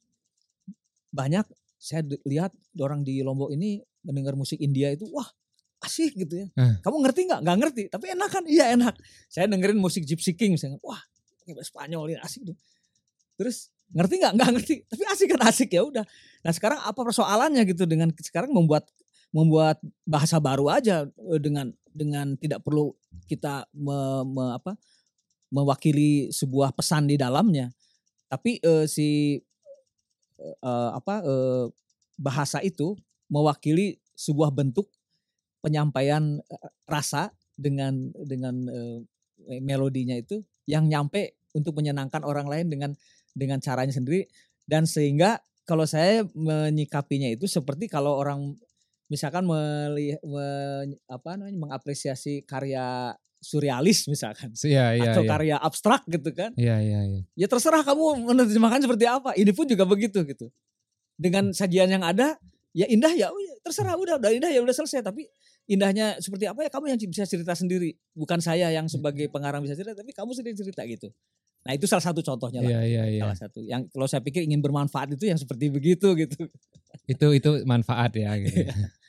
banyak saya lihat orang di Lombok ini mendengar musik India itu wah asik gitu ya. Hmm. Kamu ngerti nggak? Nggak ngerti, tapi enak kan? Iya enak. Saya dengerin musik Gypsy King misalnya, wah Spanyol ini asik tuh. Terus ngerti nggak? Nggak ngerti, tapi asik kan asik ya udah. Nah sekarang apa persoalannya gitu dengan sekarang membuat membuat bahasa baru aja dengan dengan tidak perlu kita me, me, apa, mewakili sebuah pesan di dalamnya, tapi eh, si eh, apa eh, bahasa itu mewakili sebuah bentuk penyampaian rasa dengan dengan eh, melodinya itu yang nyampe untuk menyenangkan orang lain dengan dengan caranya sendiri dan sehingga kalau saya menyikapinya itu seperti kalau orang misalkan melihat me, apa namanya mengapresiasi karya surrealis misalkan
ya, ya,
atau
ya.
karya abstrak gitu kan
ya, ya, ya.
ya terserah kamu menerjemahkan seperti apa, ini pun juga begitu gitu dengan sajian yang ada ya indah ya terserah udah udah indah ya udah selesai, tapi indahnya seperti apa ya kamu yang bisa cerita sendiri, bukan saya yang sebagai pengarang bisa cerita tapi kamu sendiri cerita gitu. Nah itu salah satu contohnya lah,
yeah, yeah, yeah.
salah satu yang kalau saya pikir ingin bermanfaat itu yang seperti begitu gitu.
Itu itu manfaat ya. Gitu.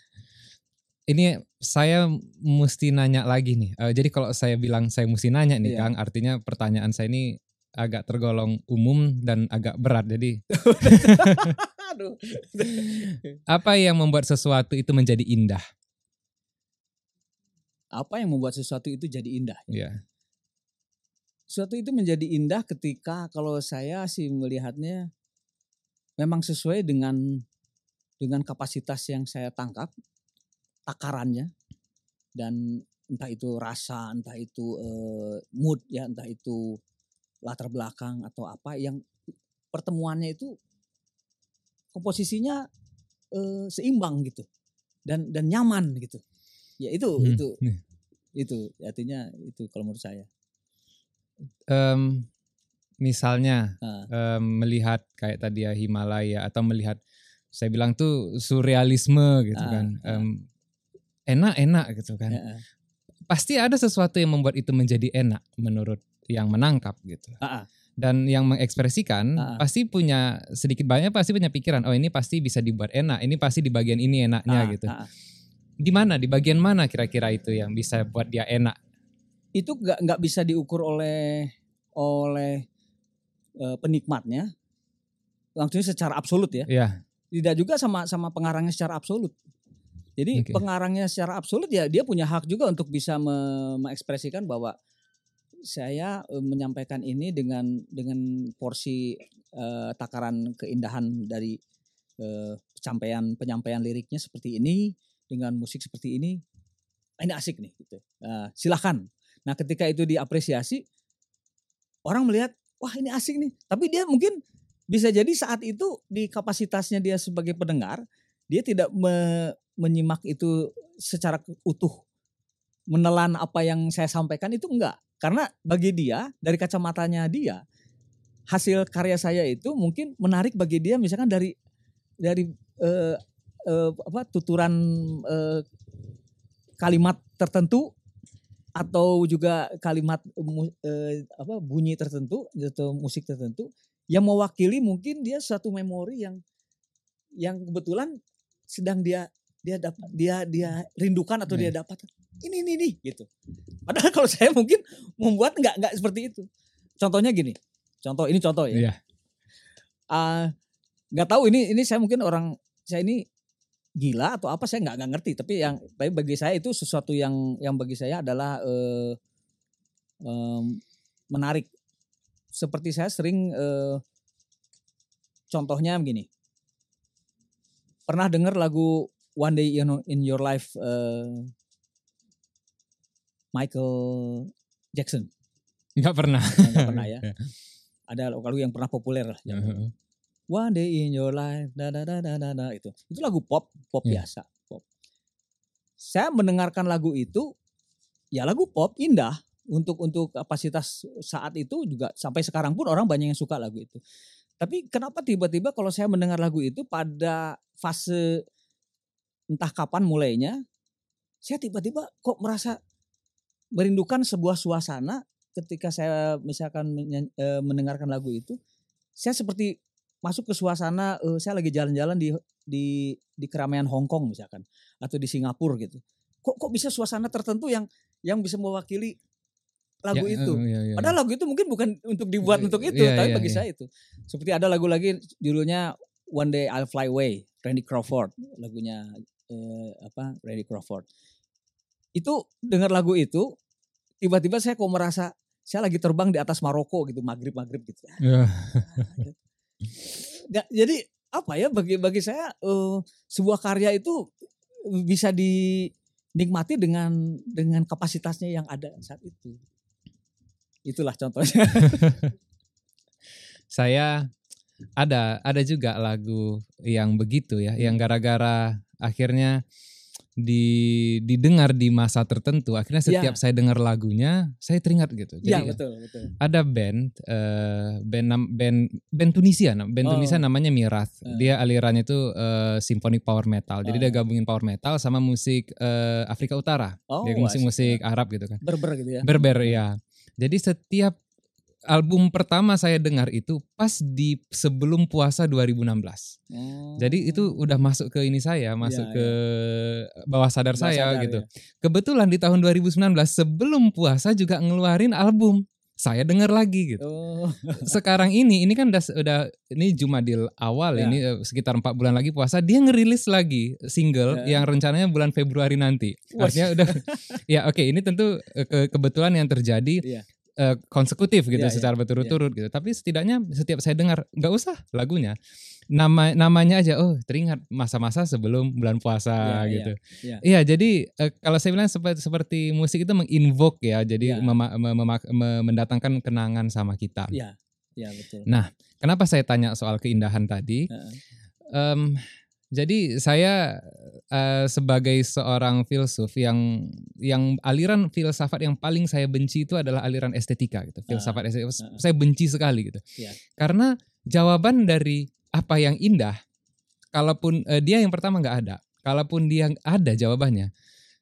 Ini saya mesti nanya lagi nih. Uh, jadi kalau saya bilang saya mesti nanya nih, yeah. Kang, artinya pertanyaan saya ini agak tergolong umum dan agak berat. Jadi Aduh. Apa yang membuat sesuatu itu menjadi indah?
Apa yang membuat sesuatu itu jadi indah?
Ya. Yeah.
Sesuatu itu menjadi indah ketika kalau saya sih melihatnya memang sesuai dengan dengan kapasitas yang saya tangkap, takarannya, dan entah itu rasa, entah itu uh, mood ya, entah itu latar belakang atau apa yang pertemuannya itu komposisinya uh, seimbang gitu dan dan nyaman gitu. Ya itu hmm. itu itu artinya itu kalau menurut saya.
Um, misalnya uh. um, melihat kayak tadi ya Himalaya atau melihat saya bilang tuh surrealisme gitu uh, kan um, uh. enak-enak gitu kan uh, uh. pasti ada sesuatu yang membuat itu menjadi enak menurut yang menangkap gitu uh, uh. dan yang mengekspresikan uh, uh. pasti punya sedikit banyak pasti punya pikiran oh ini pasti bisa dibuat enak, ini pasti di bagian ini enaknya uh, gitu uh, uh. Di mana di bagian mana kira-kira itu yang bisa buat dia enak?
Itu nggak nggak bisa diukur oleh oleh e, penikmatnya langsung secara absolut ya.
Yeah.
Tidak juga sama sama pengarangnya secara absolut. Jadi okay. pengarangnya secara absolut ya dia punya hak juga untuk bisa me, mengekspresikan bahwa saya e, menyampaikan ini dengan dengan porsi e, takaran keindahan dari e, penyampaian penyampaian liriknya seperti ini dengan musik seperti ini. Ini asik nih gitu. Nah, silakan. Nah ketika itu diapresiasi, orang melihat, wah ini asik nih. Tapi dia mungkin bisa jadi saat itu di kapasitasnya dia sebagai pendengar, dia tidak me, menyimak itu secara utuh. Menelan apa yang saya sampaikan itu enggak. Karena bagi dia, dari kacamatanya dia, hasil karya saya itu mungkin menarik bagi dia misalkan dari dari eh, uh, apa tuturan uh, kalimat tertentu atau juga kalimat uh, apa bunyi tertentu atau musik tertentu yang mewakili mungkin dia suatu memori yang yang kebetulan sedang dia dia dapat dia dia rindukan atau dia dapat ini ini nih gitu. Padahal kalau saya mungkin membuat nggak nggak seperti itu. Contohnya gini, contoh ini contoh ya.
Iya.
Uh, nggak tahu ini ini saya mungkin orang saya ini gila atau apa, saya nggak nggak ngerti, tapi yang tapi bagi saya itu sesuatu yang yang bagi saya adalah uh, um, menarik. Seperti saya sering uh, contohnya begini, pernah dengar lagu One Day in, in Your Life uh, Michael Jackson?
Nggak pernah.
Nggak pernah ya. Ada lagu yang pernah populer lah.
Uh-huh.
One Day in Your Life, da da da da da, da itu. Itu lagu pop, pop yeah. biasa, pop. Saya mendengarkan lagu itu, ya lagu pop indah untuk untuk kapasitas saat itu juga sampai sekarang pun orang banyak yang suka lagu itu. Tapi kenapa tiba-tiba kalau saya mendengar lagu itu pada fase entah kapan mulainya, saya tiba-tiba kok merasa merindukan sebuah suasana ketika saya misalkan mendengarkan lagu itu, saya seperti masuk ke suasana uh, saya lagi jalan-jalan di di di keramaian Hong Kong misalkan atau di Singapura gitu. Kok kok bisa suasana tertentu yang yang bisa mewakili lagu ya, itu. Uh, iya, iya. Padahal lagu itu mungkin bukan untuk dibuat uh, untuk itu, iya, tapi iya, bagi iya. saya itu. Seperti ada lagu lagi judulnya One Day I'll Fly Away, Randy Crawford, lagunya uh, apa? Randy Crawford. Itu dengar lagu itu, tiba-tiba saya kok merasa saya lagi terbang di atas Maroko gitu, maghrib-maghrib gitu. Yeah. Gak, jadi apa ya bagi bagi saya uh, sebuah karya itu bisa dinikmati dengan dengan kapasitasnya yang ada saat itu. Itulah contohnya.
Saya ada ada juga lagu yang begitu ya, yang gara-gara akhirnya di didengar di masa tertentu, akhirnya setiap ya. saya dengar lagunya saya teringat gitu. Jadi
ya, betul, betul.
ada band uh, band band band Tunisia, band oh. Tunisia namanya Mirath. Uh. Dia alirannya itu uh, symphonic power metal. Jadi uh. dia gabungin power metal sama musik uh, Afrika Utara. Oh, dia musik-musik ya. Arab gitu kan.
Berber gitu ya.
Berber ya. Jadi setiap album pertama saya dengar itu pas di sebelum puasa dua ribu enam belas. Oh. Jadi itu udah masuk ke ini saya, masuk ya, ke ya. bawah sadar bawah saya sadar, gitu. Ya. Kebetulan di tahun dua ribu sembilan belas sebelum puasa juga ngeluarin album. Saya dengar lagi gitu. Oh. Sekarang ini, ini kan udah, udah ini Jumadil awal ya. Ini sekitar empat bulan lagi puasa, dia ngerilis lagi single ya. Yang rencananya bulan Februari nanti. Artinya udah, ya oke okay, ini tentu ke, kebetulan yang terjadi. Ya. Uh, konsekutif gitu yeah, secara yeah, berturut-turut yeah. gitu. Tapi setidaknya setiap saya dengar nggak usah lagunya, nama namanya aja oh teringat masa-masa sebelum bulan puasa yeah, gitu. Iya yeah, yeah. yeah, jadi uh, kalau saya bilang seperti seperti musik itu menginvoke ya, jadi yeah. mema- mem- mem- mendatangkan kenangan sama kita.
Iya, yeah, yeah, betul.
Nah, kenapa saya tanya soal keindahan tadi? Uh-uh. Um, Jadi saya uh, sebagai seorang filsuf yang yang aliran filsafat yang paling saya benci itu adalah aliran estetika gitu. Filsafat uh, estetika uh, saya benci sekali gitu. Yeah. Karena jawaban dari apa yang indah, kalaupun uh, dia yang pertama nggak ada, kalaupun dia ada jawabannya,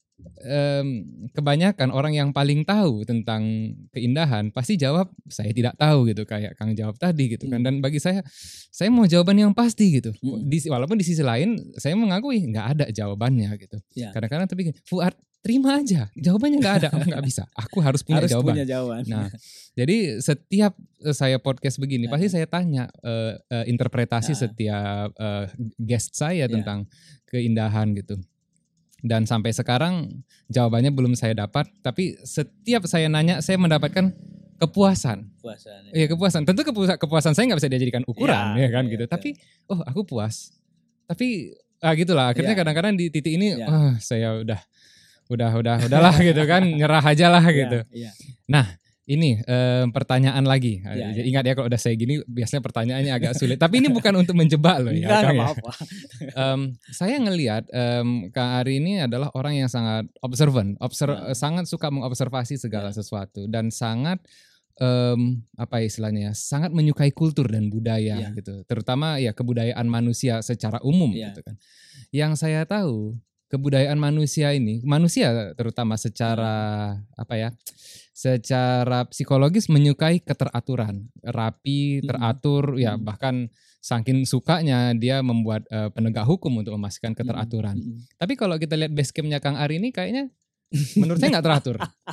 um, kebanyakan orang yang paling tahu tentang keindahan pasti jawab saya tidak tahu gitu, kayak Kang jawab tadi gitu kan. Dan bagi saya saya mau jawaban yang pasti gitu. Di, walaupun di sisi lain saya mengakui nggak ada jawabannya gitu. Ya. Kadang-kadang tapi Fuad terima aja jawabannya nggak ada, oh, nggak bisa. Aku harus punya
harus
jawaban.
Punya jawaban.
Nah, jadi setiap saya podcast begini ya. Pasti saya tanya uh, uh, interpretasi ya. setiap uh, guest saya ya. tentang keindahan gitu. Dan sampai sekarang jawabannya belum saya dapat, tapi setiap saya nanya saya mendapatkan kepuasan.
Kepuasan.
Iya, ya, kepuasan. Tentu kepuasan, kepuasan saya nggak bisa dijadikan ukuran ya, ya kan ya, gitu. Ya. Tapi oh aku puas. Tapi ah gitulah. Akhirnya ya. kadang-kadang di titik ini, ya. oh saya udah, udah, udah, udahlah gitu kan, nyerah aja lah gitu. Ya, ya. Nah. Ini eh, pertanyaan lagi. Ya, ya. Ingat ya kalau udah saya gini biasanya pertanyaannya agak sulit. Tapi ini bukan untuk menjebak loh ya.
Enggak, ya. apa-apa.
um, saya ngelihat um, Kak Ari ini adalah orang yang sangat observant, obser- ya. sangat suka mengobservasi segala ya. sesuatu dan sangat um, apa istilahnya ya, sangat menyukai kultur dan budaya
yeah.
gitu, terutama ya kebudayaan manusia secara umum
yeah.
gitu kan. Yang saya tahu kebudayaan manusia ini, manusia terutama secara yeah. apa ya, secara psikologis menyukai keteraturan, rapi, teratur, mm-hmm. ya bahkan saking sukanya dia membuat uh, penegak hukum untuk memastikan keteraturan. Mm-hmm. Tapi kalau kita lihat base camp-nya Kang Ari ini kayaknya menurut saya nggak teratur.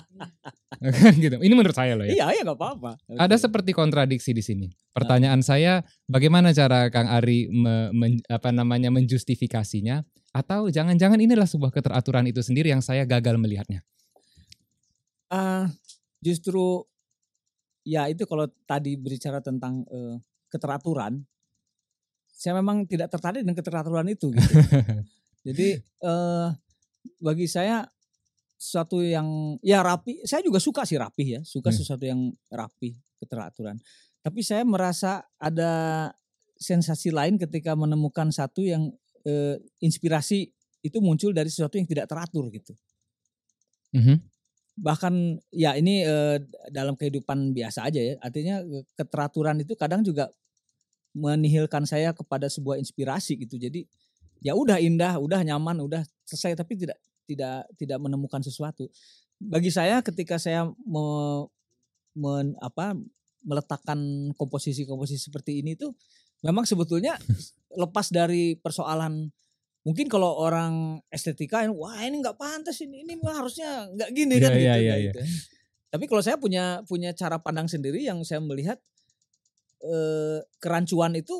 Gitu. Ini menurut saya loh ya.
Iya, ya nggak apa-apa. Okay.
Ada seperti kontradiksi di sini. Pertanyaan uh. saya, bagaimana cara Kang Ari me, men, apa namanya menjustifikasinya? Atau jangan-jangan inilah sebuah keteraturan itu sendiri yang saya gagal melihatnya?
Uh, justru ya itu kalau tadi berbicara tentang uh, keteraturan, saya memang tidak tertarik dengan keteraturan itu gitu. Jadi uh, bagi saya sesuatu yang ya rapi, saya juga suka sih rapi ya, suka hmm. sesuatu yang rapi, keteraturan. Tapi saya merasa ada sensasi lain ketika menemukan satu yang uh, inspirasi itu muncul dari sesuatu yang tidak teratur gitu.
Mm-hmm.
Bahkan ya ini uh, dalam kehidupan biasa aja ya, artinya keteraturan itu kadang juga menihilkan saya kepada sebuah inspirasi gitu. Jadi ya udah indah, udah nyaman, udah selesai, tapi tidak tidak tidak menemukan sesuatu. Bagi saya ketika saya me, men, apa, meletakkan komposisi-komposisi seperti ini tuh memang sebetulnya lepas dari persoalan, mungkin kalau orang estetika, wah ini nggak pantas, ini ini harusnya nggak gini kan
yeah,
gitu.
Yeah,
gitu. Yeah. Tapi kalau saya punya punya cara pandang sendiri yang saya melihat eh, kerancuan itu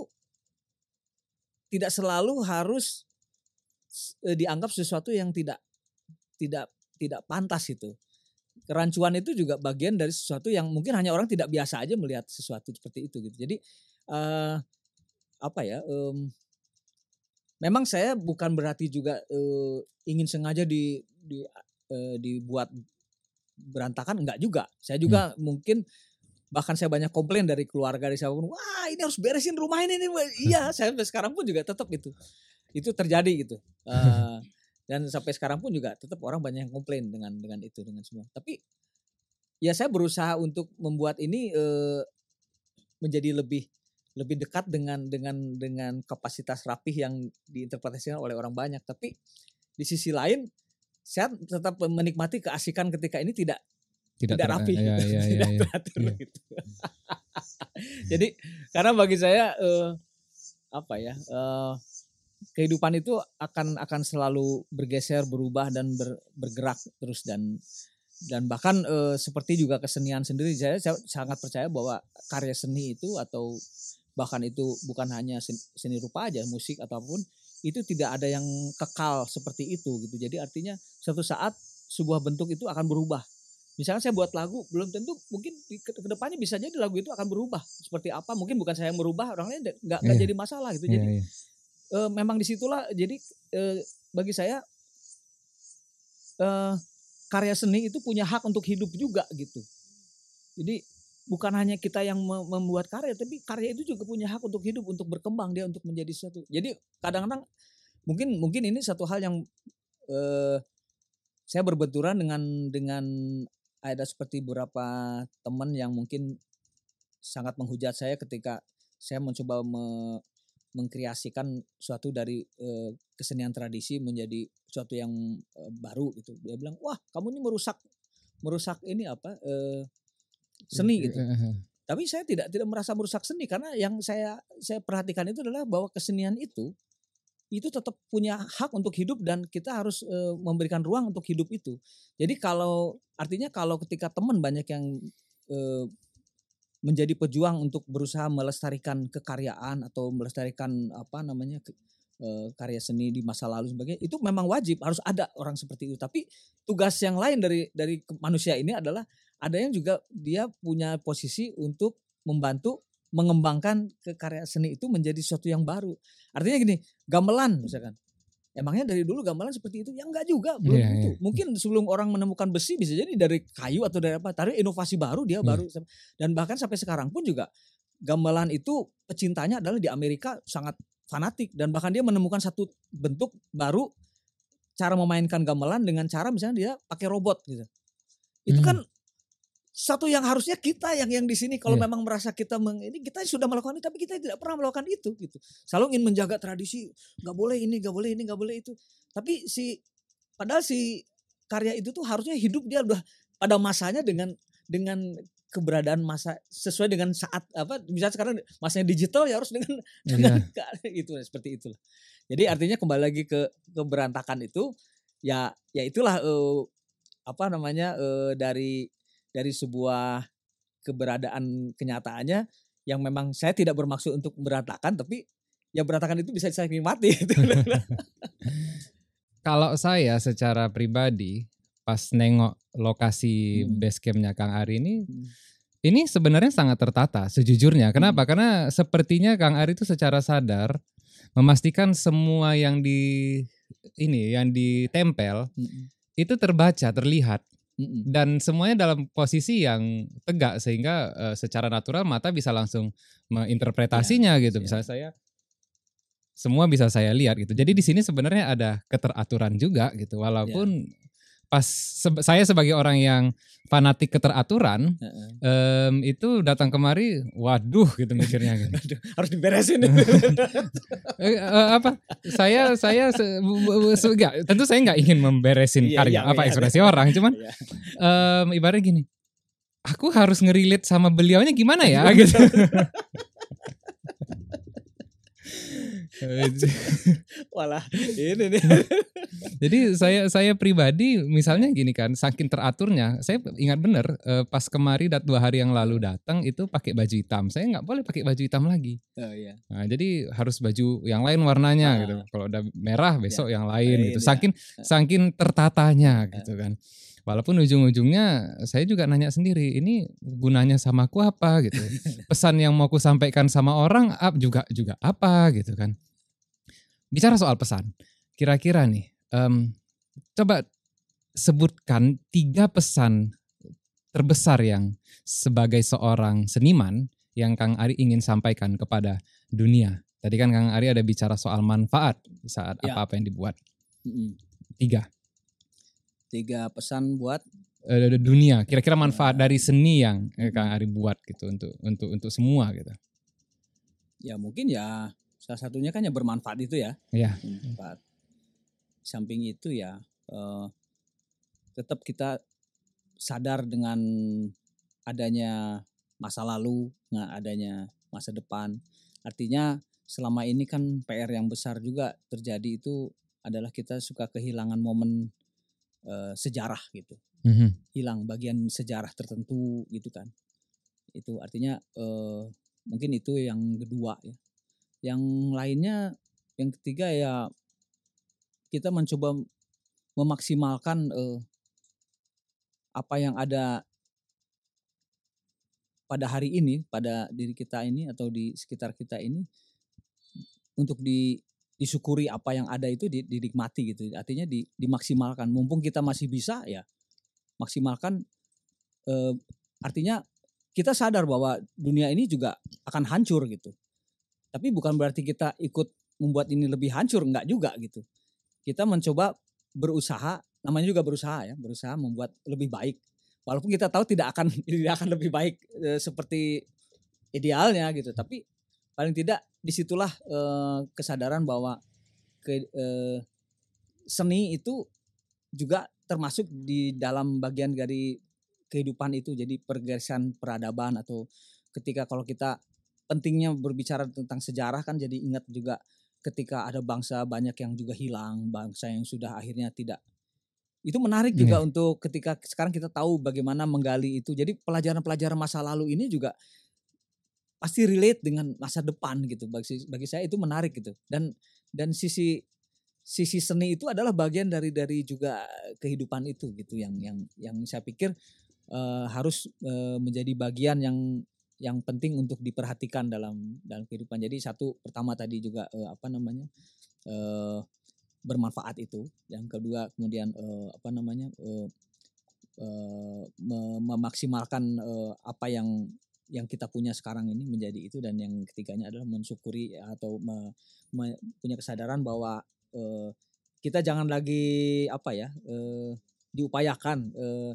tidak selalu harus eh, dianggap sesuatu yang tidak tidak tidak pantas itu. Kerancuan itu juga bagian dari sesuatu yang mungkin hanya orang tidak biasa aja melihat sesuatu seperti itu gitu. Jadi uh, apa ya? Um, memang saya bukan berarti juga uh, ingin sengaja di, di uh, dibuat berantakan, enggak juga. Saya juga hmm. mungkin bahkan saya banyak komplain dari keluarga, dari siapapun, wah ini harus beresin rumah ini nih. Iya, saya sampai sekarang pun juga tetap itu itu terjadi gitu. Uh, Dan sampai sekarang pun juga tetap orang banyak yang komplain dengan dengan itu, dengan semua. Tapi ya saya berusaha untuk membuat ini e, menjadi lebih lebih dekat dengan dengan dengan kapasitas rapih yang diinterpretasikan oleh orang banyak. Tapi di sisi lain saya tetap menikmati keasikan ketika ini tidak tidak, tidak rapih,
ya,
gitu.
Ya, ya,
tidak
ya,
teratur
ya.
gitu. Jadi karena bagi saya e, apa ya? E, kehidupan itu akan akan selalu bergeser, berubah dan ber, bergerak terus, dan dan bahkan e, seperti juga kesenian sendiri, saya, saya sangat percaya bahwa karya seni itu atau bahkan itu bukan hanya seni, seni rupa aja, musik ataupun itu tidak ada yang kekal seperti itu gitu. Jadi artinya suatu saat sebuah bentuk itu akan berubah. Misalnya saya buat lagu, belum tentu mungkin ke depannya bisa jadi lagu itu akan berubah seperti apa. Mungkin bukan saya yang merubah, orang lain nggak nggak yeah. jadi masalah gitu.
Yeah,
jadi
yeah.
E, memang disitulah jadi e, bagi saya e, karya seni itu punya hak untuk hidup juga gitu. Jadi bukan hanya kita yang membuat karya, tapi karya itu juga punya hak untuk hidup, untuk berkembang, dia untuk menjadi sesuatu. Jadi kadang-kadang mungkin mungkin ini satu hal yang e, saya berbenturan dengan dengan ada seperti beberapa teman yang mungkin sangat menghujat saya ketika saya mencoba me, mengkreasikan suatu dari e, kesenian tradisi menjadi suatu yang e, baru gitu. Dia bilang, wah kamu ini merusak merusak ini apa e, seni gitu. Tapi saya tidak tidak merasa merusak seni, karena yang saya saya perhatikan itu adalah bahwa kesenian itu itu tetap punya hak untuk hidup dan kita harus e, memberikan ruang untuk hidup itu. Jadi kalau artinya kalau ketika teman banyak yang e, menjadi pejuang untuk berusaha melestarikan kekaryaan atau melestarikan apa namanya ke, e, karya seni di masa lalu sebagainya, itu memang wajib harus ada orang seperti itu. Tapi tugas yang lain dari dari manusia ini adalah ada yang juga dia punya posisi untuk membantu mengembangkan ke karya seni itu menjadi sesuatu yang baru. Artinya gini, gamelan misalkan. Emangnya dari dulu gamelan seperti itu? Ya enggak juga, belum
yeah,
tentu.
Yeah.
Mungkin sebelum orang menemukan besi bisa jadi dari kayu atau dari apa. Tapi inovasi baru dia yeah. baru. Dan bahkan sampai sekarang pun juga gamelan itu pecintanya adalah di Amerika sangat fanatik. Dan bahkan dia menemukan satu bentuk baru cara memainkan gamelan dengan cara misalnya dia pakai robot gitu. Itu hmm. kan satu yang harusnya kita yang yang di sini kalau
Iya.
memang merasa kita meng, ini kita sudah melakukan itu tapi kita tidak pernah melakukan itu gitu. Selalu ingin menjaga tradisi, nggak boleh ini, nggak boleh ini, nggak boleh itu. Tapi si padahal si karya itu tuh harusnya hidup dia udah pada masanya dengan dengan keberadaan masa sesuai dengan saat apa misalnya sekarang masanya digital ya harus dengan dengan
Iya.
itu seperti itulah. Jadi artinya kembali lagi ke keberantakan itu ya ya itulah uh, apa namanya uh, dari dari sebuah keberadaan kenyataannya yang memang saya tidak bermaksud untuk berantakan tapi ya berantakan itu bisa saya nikmati gitu.
Kalau saya secara pribadi pas nengok lokasi hmm. base campnya Kang Ari ini hmm. ini sebenarnya sangat tertata sejujurnya. Kenapa? Hmm. Karena sepertinya Kang Ari itu secara sadar memastikan semua yang di ini yang ditempel hmm. itu terbaca, terlihat. Mm-mm. Dan semuanya dalam posisi yang tegak sehingga uh, secara natural mata bisa langsung menginterpretasinya ya, gitu. Misalnya saya semua bisa saya lihat gitu. Jadi di sini sebenarnya ada keteraturan juga gitu. Walaupun ya. Pas se- saya sebagai orang yang fanatik keteraturan uh-uh. um, itu datang kemari, waduh gitu mikirnya gitu.
Harus diberesin.
uh, apa? Saya saya se- se- enggak, tentu saya nggak ingin memberesin
iya,
karya
iya,
apa
iya,
ekspresi
iya.
orang, cuman
iya.
um, ibaratnya gini, aku harus ngerilit sama beliaunya gimana ya gitu.
Walah ini nih.
Jadi saya saya pribadi misalnya gini kan, saking teraturnya, saya ingat bener eh, pas kemari dat dua hari yang lalu datang itu pakai baju hitam, saya nggak boleh pakai baju hitam lagi.
Oh, iya.
Nah, jadi harus baju yang lain warnanya ah. gitu. Kalau udah merah besok ya. yang lain lain gitu. Saking ya. saking tertatanya gitu kan. Walaupun ujung-ujungnya saya juga nanya sendiri, ini gunanya sama aku apa gitu. Pesan yang mau aku sampaikan sama orang juga juga apa gitu kan. Bicara soal pesan, kira-kira nih, um, coba sebutkan tiga pesan terbesar yang sebagai seorang seniman yang Kang Ari ingin sampaikan kepada dunia. Tadi kan Kang Ari ada bicara soal manfaat saat ya. apa-apa yang dibuat. Tiga.
Tiga pesan buat
uh, dunia. Kira-kira manfaat uh, dari seni yang uh, Kang Ari buat gitu untuk untuk untuk semua gitu.
Ya mungkin ya salah satunya kan ya bermanfaat itu ya.
Iya.
Manfaat. Samping itu ya uh, tetap kita sadar dengan adanya masa lalu, nggak adanya masa depan. Artinya selama ini kan P R yang besar juga terjadi itu adalah kita suka kehilangan momen Uh, sejarah gitu,
mm-hmm.
hilang bagian sejarah tertentu gitu kan. Itu artinya uh, mungkin itu yang kedua ya. Yang lainnya, yang ketiga ya kita mencoba memaksimalkan uh, apa yang ada pada hari ini, pada diri kita ini atau di sekitar kita ini untuk di disyukuri apa yang ada itu dinikmati gitu, artinya di, dimaksimalkan mumpung kita masih bisa ya maksimalkan, eh, artinya kita sadar bahwa dunia ini juga akan hancur gitu, tapi bukan berarti kita ikut membuat ini lebih hancur, enggak juga gitu. Kita mencoba berusaha, namanya juga berusaha ya, berusaha membuat lebih baik walaupun kita tahu tidak akan tidak akan lebih baik eh, seperti idealnya gitu, tapi paling tidak disitulah eh, kesadaran bahwa ke, eh, seni itu juga termasuk di dalam bagian dari kehidupan itu. Jadi pergerakan peradaban atau ketika kalau kita pentingnya berbicara tentang sejarah kan jadi ingat juga ketika ada bangsa banyak yang juga hilang, bangsa yang sudah akhirnya tidak. Itu menarik juga yeah. untuk ketika sekarang kita tahu bagaimana menggali itu. Jadi pelajaran-pelajaran masa lalu ini juga pasti relate dengan masa depan gitu. Bagi bagi saya itu menarik gitu. Dan dan sisi sisi seni itu adalah bagian dari dari juga kehidupan itu gitu yang yang yang saya pikir uh, harus uh, menjadi bagian yang yang penting untuk diperhatikan dalam dalam kehidupan. Jadi satu pertama tadi juga uh, apa namanya? Uh, bermanfaat itu. Yang kedua kemudian uh, apa namanya? Uh, uh, memaksimalkan uh, apa yang yang kita punya sekarang ini menjadi itu, dan yang ketiganya adalah mensyukuri atau me, me, punya kesadaran bahwa uh, kita jangan lagi apa ya uh, diupayakan uh,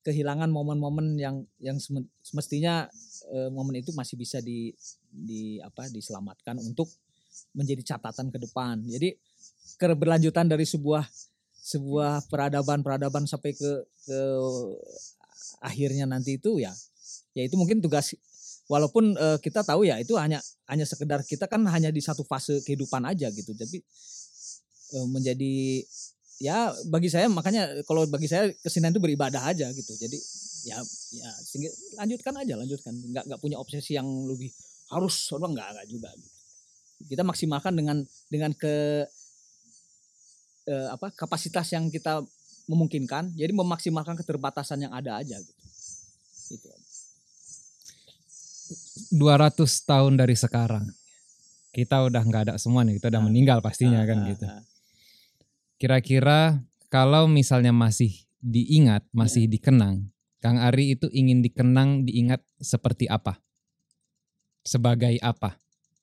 kehilangan momen-momen yang yang semestinya uh, momen itu masih bisa di di apa diselamatkan untuk menjadi catatan ke depan. Jadi keberlanjutan dari sebuah sebuah peradaban-peradaban sampai ke ke akhirnya nanti itu ya ya itu mungkin tugas, walaupun uh, kita tahu ya itu hanya hanya sekedar kita kan hanya di satu fase kehidupan aja gitu. Tapi uh, menjadi ya bagi saya, makanya kalau bagi saya kesenian itu beribadah aja gitu. Jadi ya ya lanjutkan aja, lanjutkan. Nggak nggak punya obsesi yang lebih harus orang nggak nggak juga gitu. Kita maksimalkan dengan dengan ke eh, apa kapasitas yang kita memungkinkan. Jadi memaksimalkan keterbatasan yang ada aja gitu. Itu.
dua ratus tahun dari sekarang kita udah nggak ada semua nih, kita udah nah, meninggal pastinya nah, kan nah, gitu. Nah. Kira-kira kalau misalnya masih diingat, masih ya. dikenang, Kang Ari itu ingin dikenang, diingat seperti apa? Sebagai apa?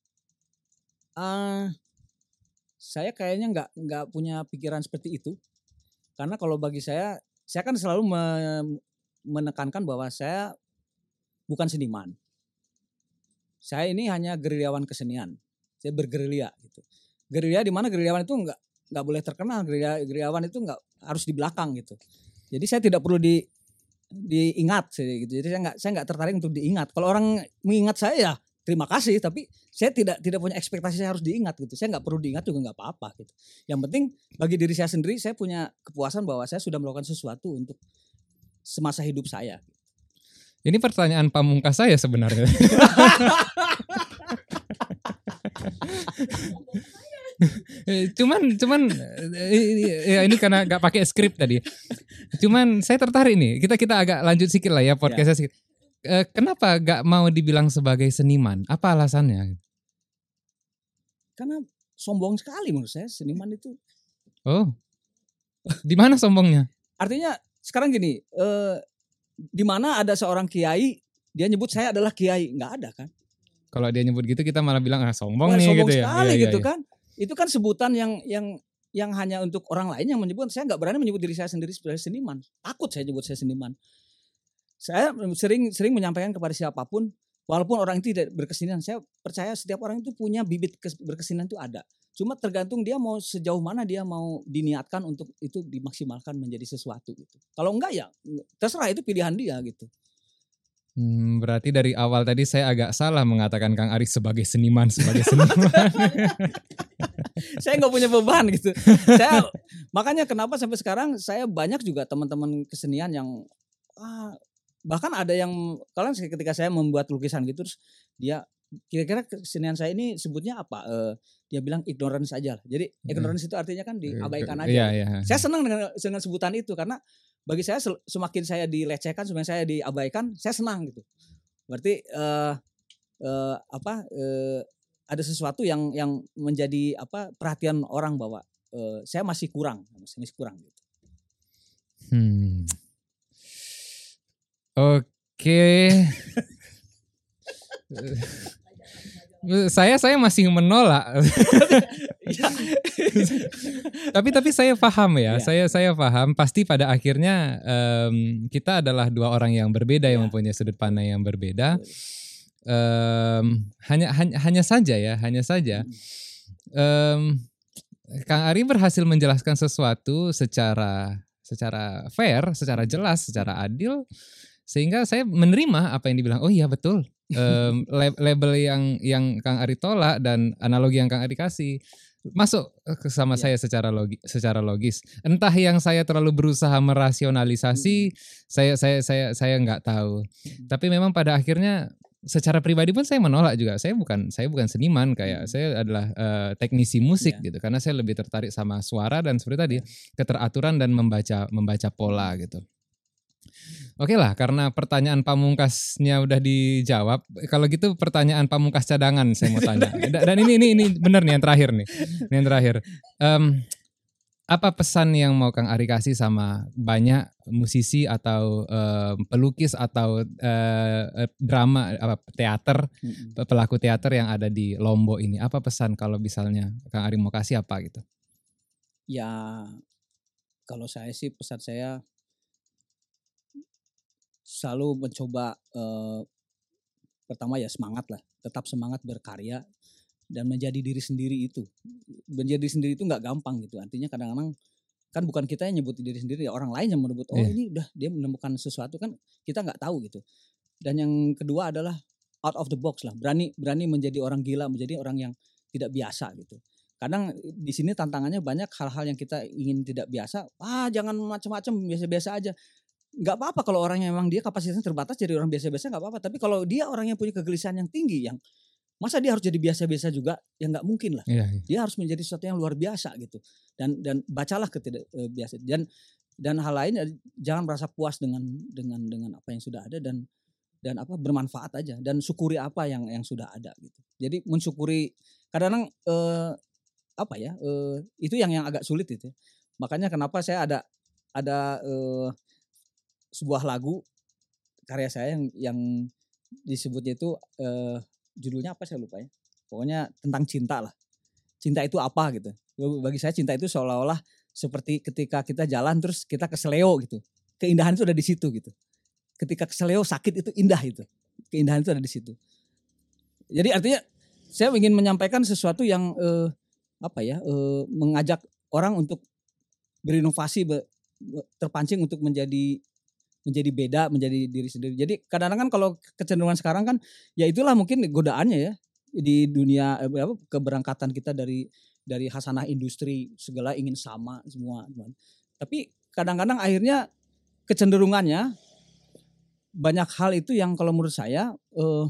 Uh, saya kayaknya nggak nggak punya pikiran seperti itu, karena kalau bagi saya, saya kan selalu me, menekankan bahwa saya bukan seniman. Saya ini hanya gerilyawan kesenian. Saya bergerilya gitu. Gerilya di mana gerilyawan itu nggak nggak boleh terkenal, gerilyawan itu nggak harus di belakang gitu. Jadi saya tidak perlu di diingat gitu. Jadi saya nggak saya nggak tertarik untuk diingat. Kalau orang mengingat saya ya terima kasih, tapi saya tidak tidak punya ekspektasi saya harus diingat gitu. Saya nggak perlu diingat juga nggak apa-apa gitu. Yang penting bagi diri saya sendiri, saya punya kepuasan bahwa saya sudah melakukan sesuatu untuk semasa hidup saya.
Ini pertanyaan pamungkas saya sebenarnya. cuman cuman ya ini karena nggak pakai skrip tadi. Cuman saya tertarik nih. Kita kita agak lanjut sedikit lah ya podcastnya sedikit. Eh, kenapa gak mau dibilang sebagai seniman? Apa alasannya?
Karena sombong sekali menurut saya seniman itu.
Oh, di mana sombongnya?
Artinya sekarang gini, eh, di mana ada seorang kiai dia nyebut saya adalah kiai, nggak ada kan?
Kalau dia nyebut gitu kita malah bilang ah sombong Wah, nih
sombong
gitu
ya. Sekali
iya,
gitu
iya,
kan? Itu kan sebutan yang yang yang hanya untuk orang lain yang menyebut. Saya nggak berani menyebut diri saya sendiri sebagai seniman. Takut saya nyebut saya seniman. Saya sering sering menyampaikan kepada siapapun, walaupun orang itu tidak berkesenian, saya percaya setiap orang itu punya bibit berkesenian itu ada. Cuma tergantung dia mau sejauh mana dia mau diniatkan untuk itu dimaksimalkan menjadi sesuatu gitu. Kalau enggak ya terserah, itu pilihan dia gitu.
Hmm, berarti dari awal tadi saya agak salah mengatakan Kang Ari sebagai seniman, sebagai seniman.
Saya nggak punya beban gitu. Saya makanya kenapa sampai sekarang saya banyak juga teman-teman kesenian yang ah, bahkan ada yang kalian ketika saya membuat lukisan gitu terus dia kira-kira kesenian saya ini sebutnya apa? Uh, dia bilang ignorance aja. Jadi ignorance itu artinya kan diabaikan aja.
Iya, iya.
Saya senang dengan dengan sebutan itu karena bagi saya semakin saya dilecehkan, semakin saya diabaikan, saya senang gitu. Berarti uh, uh, apa? Uh, ada sesuatu yang yang menjadi apa perhatian orang bahwa uh, saya masih kurang, masih kurang gitu.
Hmm. Oke. Okay. saya saya masih menolak. tapi tapi saya paham ya, ya. Saya saya paham. Pasti pada akhirnya um, kita adalah dua orang yang berbeda ya. Yang mempunyai sudut pandang yang berbeda. Um, hanya hanya hanya saja ya, hanya saja. Um, Kang Ari berhasil menjelaskan sesuatu secara secara fair, secara jelas, secara adil, sehingga saya menerima apa yang dibilang. Oh iya betul. Um, label yang yang Kang Ari tolak dan analogi yang Kang Ari kasih masuk ke sama ya. Saya secara logis, secara logis. Entah yang saya terlalu berusaha merasionalisasi, hmm. saya saya saya saya nggak tahu. Hmm. Tapi memang pada akhirnya secara pribadi pun saya menolak juga. Saya bukan saya bukan seniman kayak hmm. saya adalah uh, teknisi musik ya. Gitu. Karena saya lebih tertarik sama suara dan seperti tadi keteraturan dan membaca membaca pola gitu. Oke lah, karena pertanyaan pamungkasnya udah dijawab. Kalau gitu pertanyaan pamungkas cadangan saya mau tanya. Dan ini ini ini benar nih yang terakhir nih. Ini yang terakhir. Um, apa pesan yang mau Kang Ari kasih sama banyak musisi atau um, pelukis atau uh, drama apa teater, mm-hmm. pelaku teater yang ada di Lombok ini? Apa pesan kalau misalnya Kang Ari mau kasih apa gitu?
Ya, kalau saya sih pesan saya selalu mencoba uh, pertama ya semangat lah, tetap semangat berkarya dan menjadi diri sendiri itu. Menjadi diri sendiri itu nggak gampang gitu. Artinya kadang-kadang kan bukan kita yang nyebut diri sendiri, ya orang lain yang menyebut, oh yeah. ini udah dia menemukan sesuatu, kan kita nggak tahu gitu. Dan yang kedua adalah out of the box lah, berani berani menjadi orang gila, menjadi orang yang tidak biasa gitu. Kadang di sini tantangannya banyak hal-hal yang kita ingin tidak biasa, ah jangan macam-macam, biasa-biasa aja. Nggak apa-apa kalau orang yang memang dia kapasitasnya terbatas jadi orang biasa-biasa nggak apa-apa. Tapi kalau dia orang yang punya kegelisahan yang tinggi, yang masa dia harus jadi biasa-biasa juga, ya nggak mungkin lah. Iya, iya. Dia harus menjadi sesuatu yang luar biasa gitu. Dan dan bacalah ketidak e, biasa. Dan dan hal lain, jangan merasa puas dengan dengan dengan apa yang sudah ada, dan dan apa bermanfaat aja, dan syukuri apa yang yang sudah ada gitu. Jadi mensyukuri kadang-kadang e, apa ya uh, itu yang yang agak sulit itu. Makanya kenapa saya ada ada uh, sebuah lagu karya saya yang yang disebutnya itu uh, judulnya apa saya lupa ya. Pokoknya tentang cinta lah. Cinta itu apa gitu. Bagi saya cinta itu seolah-olah seperti ketika kita jalan terus kita keseleo gitu. Keindahan itu ada di situ gitu. Ketika keseleo sakit itu indah itu. Keindahan itu ada di situ. Jadi artinya saya ingin menyampaikan sesuatu yang uh, apa ya eh, mengajak orang untuk berinovasi, be, terpancing untuk menjadi menjadi beda, menjadi diri sendiri. Jadi kadang-kadang kan kalau kecenderungan sekarang kan ya itulah mungkin godaannya ya di dunia eh, apa, keberangkatan kita dari dari hasanah industri, segala ingin sama semua. Tapi kadang-kadang akhirnya kecenderungannya banyak hal itu yang kalau menurut saya eh,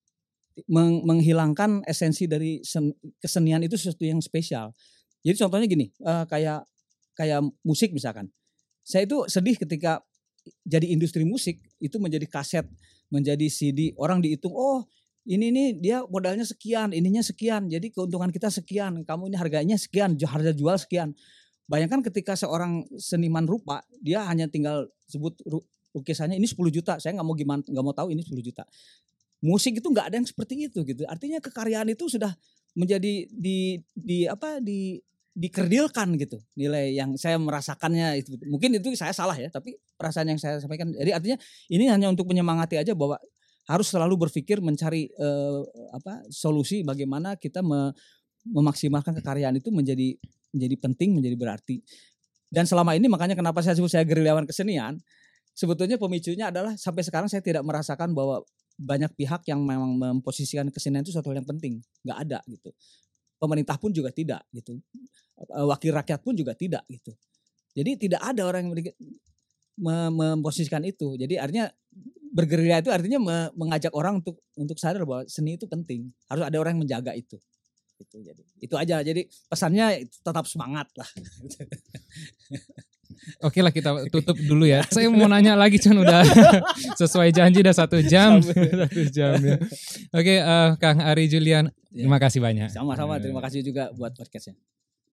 menghilangkan esensi dari sen, kesenian itu sesuatu yang spesial. Jadi contohnya gini, uh, kayak kayak musik misalkan. Saya itu sedih ketika jadi industri musik itu menjadi kaset, menjadi C D, orang dihitung, oh ini nih dia modalnya sekian, ininya sekian, jadi keuntungan kita sekian, kamu ini harganya sekian, harga jual sekian. Bayangkan ketika seorang seniman rupa, dia hanya tinggal sebut lukisannya ini sepuluh juta, saya nggak mau gimana, nggak mau tahu ini sepuluh juta. Musik itu nggak ada yang seperti itu gitu. Artinya kekaryaan itu sudah menjadi di di apa di dikerdilkan gitu. Nilai yang saya merasakannya itu. Mungkin itu saya salah ya, tapi perasaan yang saya sampaikan. Jadi artinya ini hanya untuk menyemangati aja bahwa harus selalu berpikir mencari eh, apa solusi bagaimana kita me, memaksimalkan kekaryaan itu menjadi menjadi penting, menjadi berarti. Dan selama ini makanya kenapa saya sebut saya gerilyawan kesenian, sebetulnya pemicunya adalah sampai sekarang saya tidak merasakan bahwa banyak pihak yang memang memposisikan kesenian itu suatu hal yang penting, nggak ada gitu. Pemerintah pun juga tidak gitu, wakil rakyat pun juga tidak gitu. Jadi tidak ada orang yang memposisikan itu. Jadi artinya bergerilya itu artinya mengajak orang untuk untuk sadar bahwa seni itu penting, harus ada orang yang menjaga itu. Itu jadi itu aja. Jadi pesannya tetap semangat lah.
Oke lah kita tutup dulu ya. Saya mau nanya lagi Chan, udah sesuai janji udah satu jam. satu jam ya. Oke uh, Kang Ari Julian, terima kasih banyak.
Sama-sama, terima kasih juga buat podcastnya.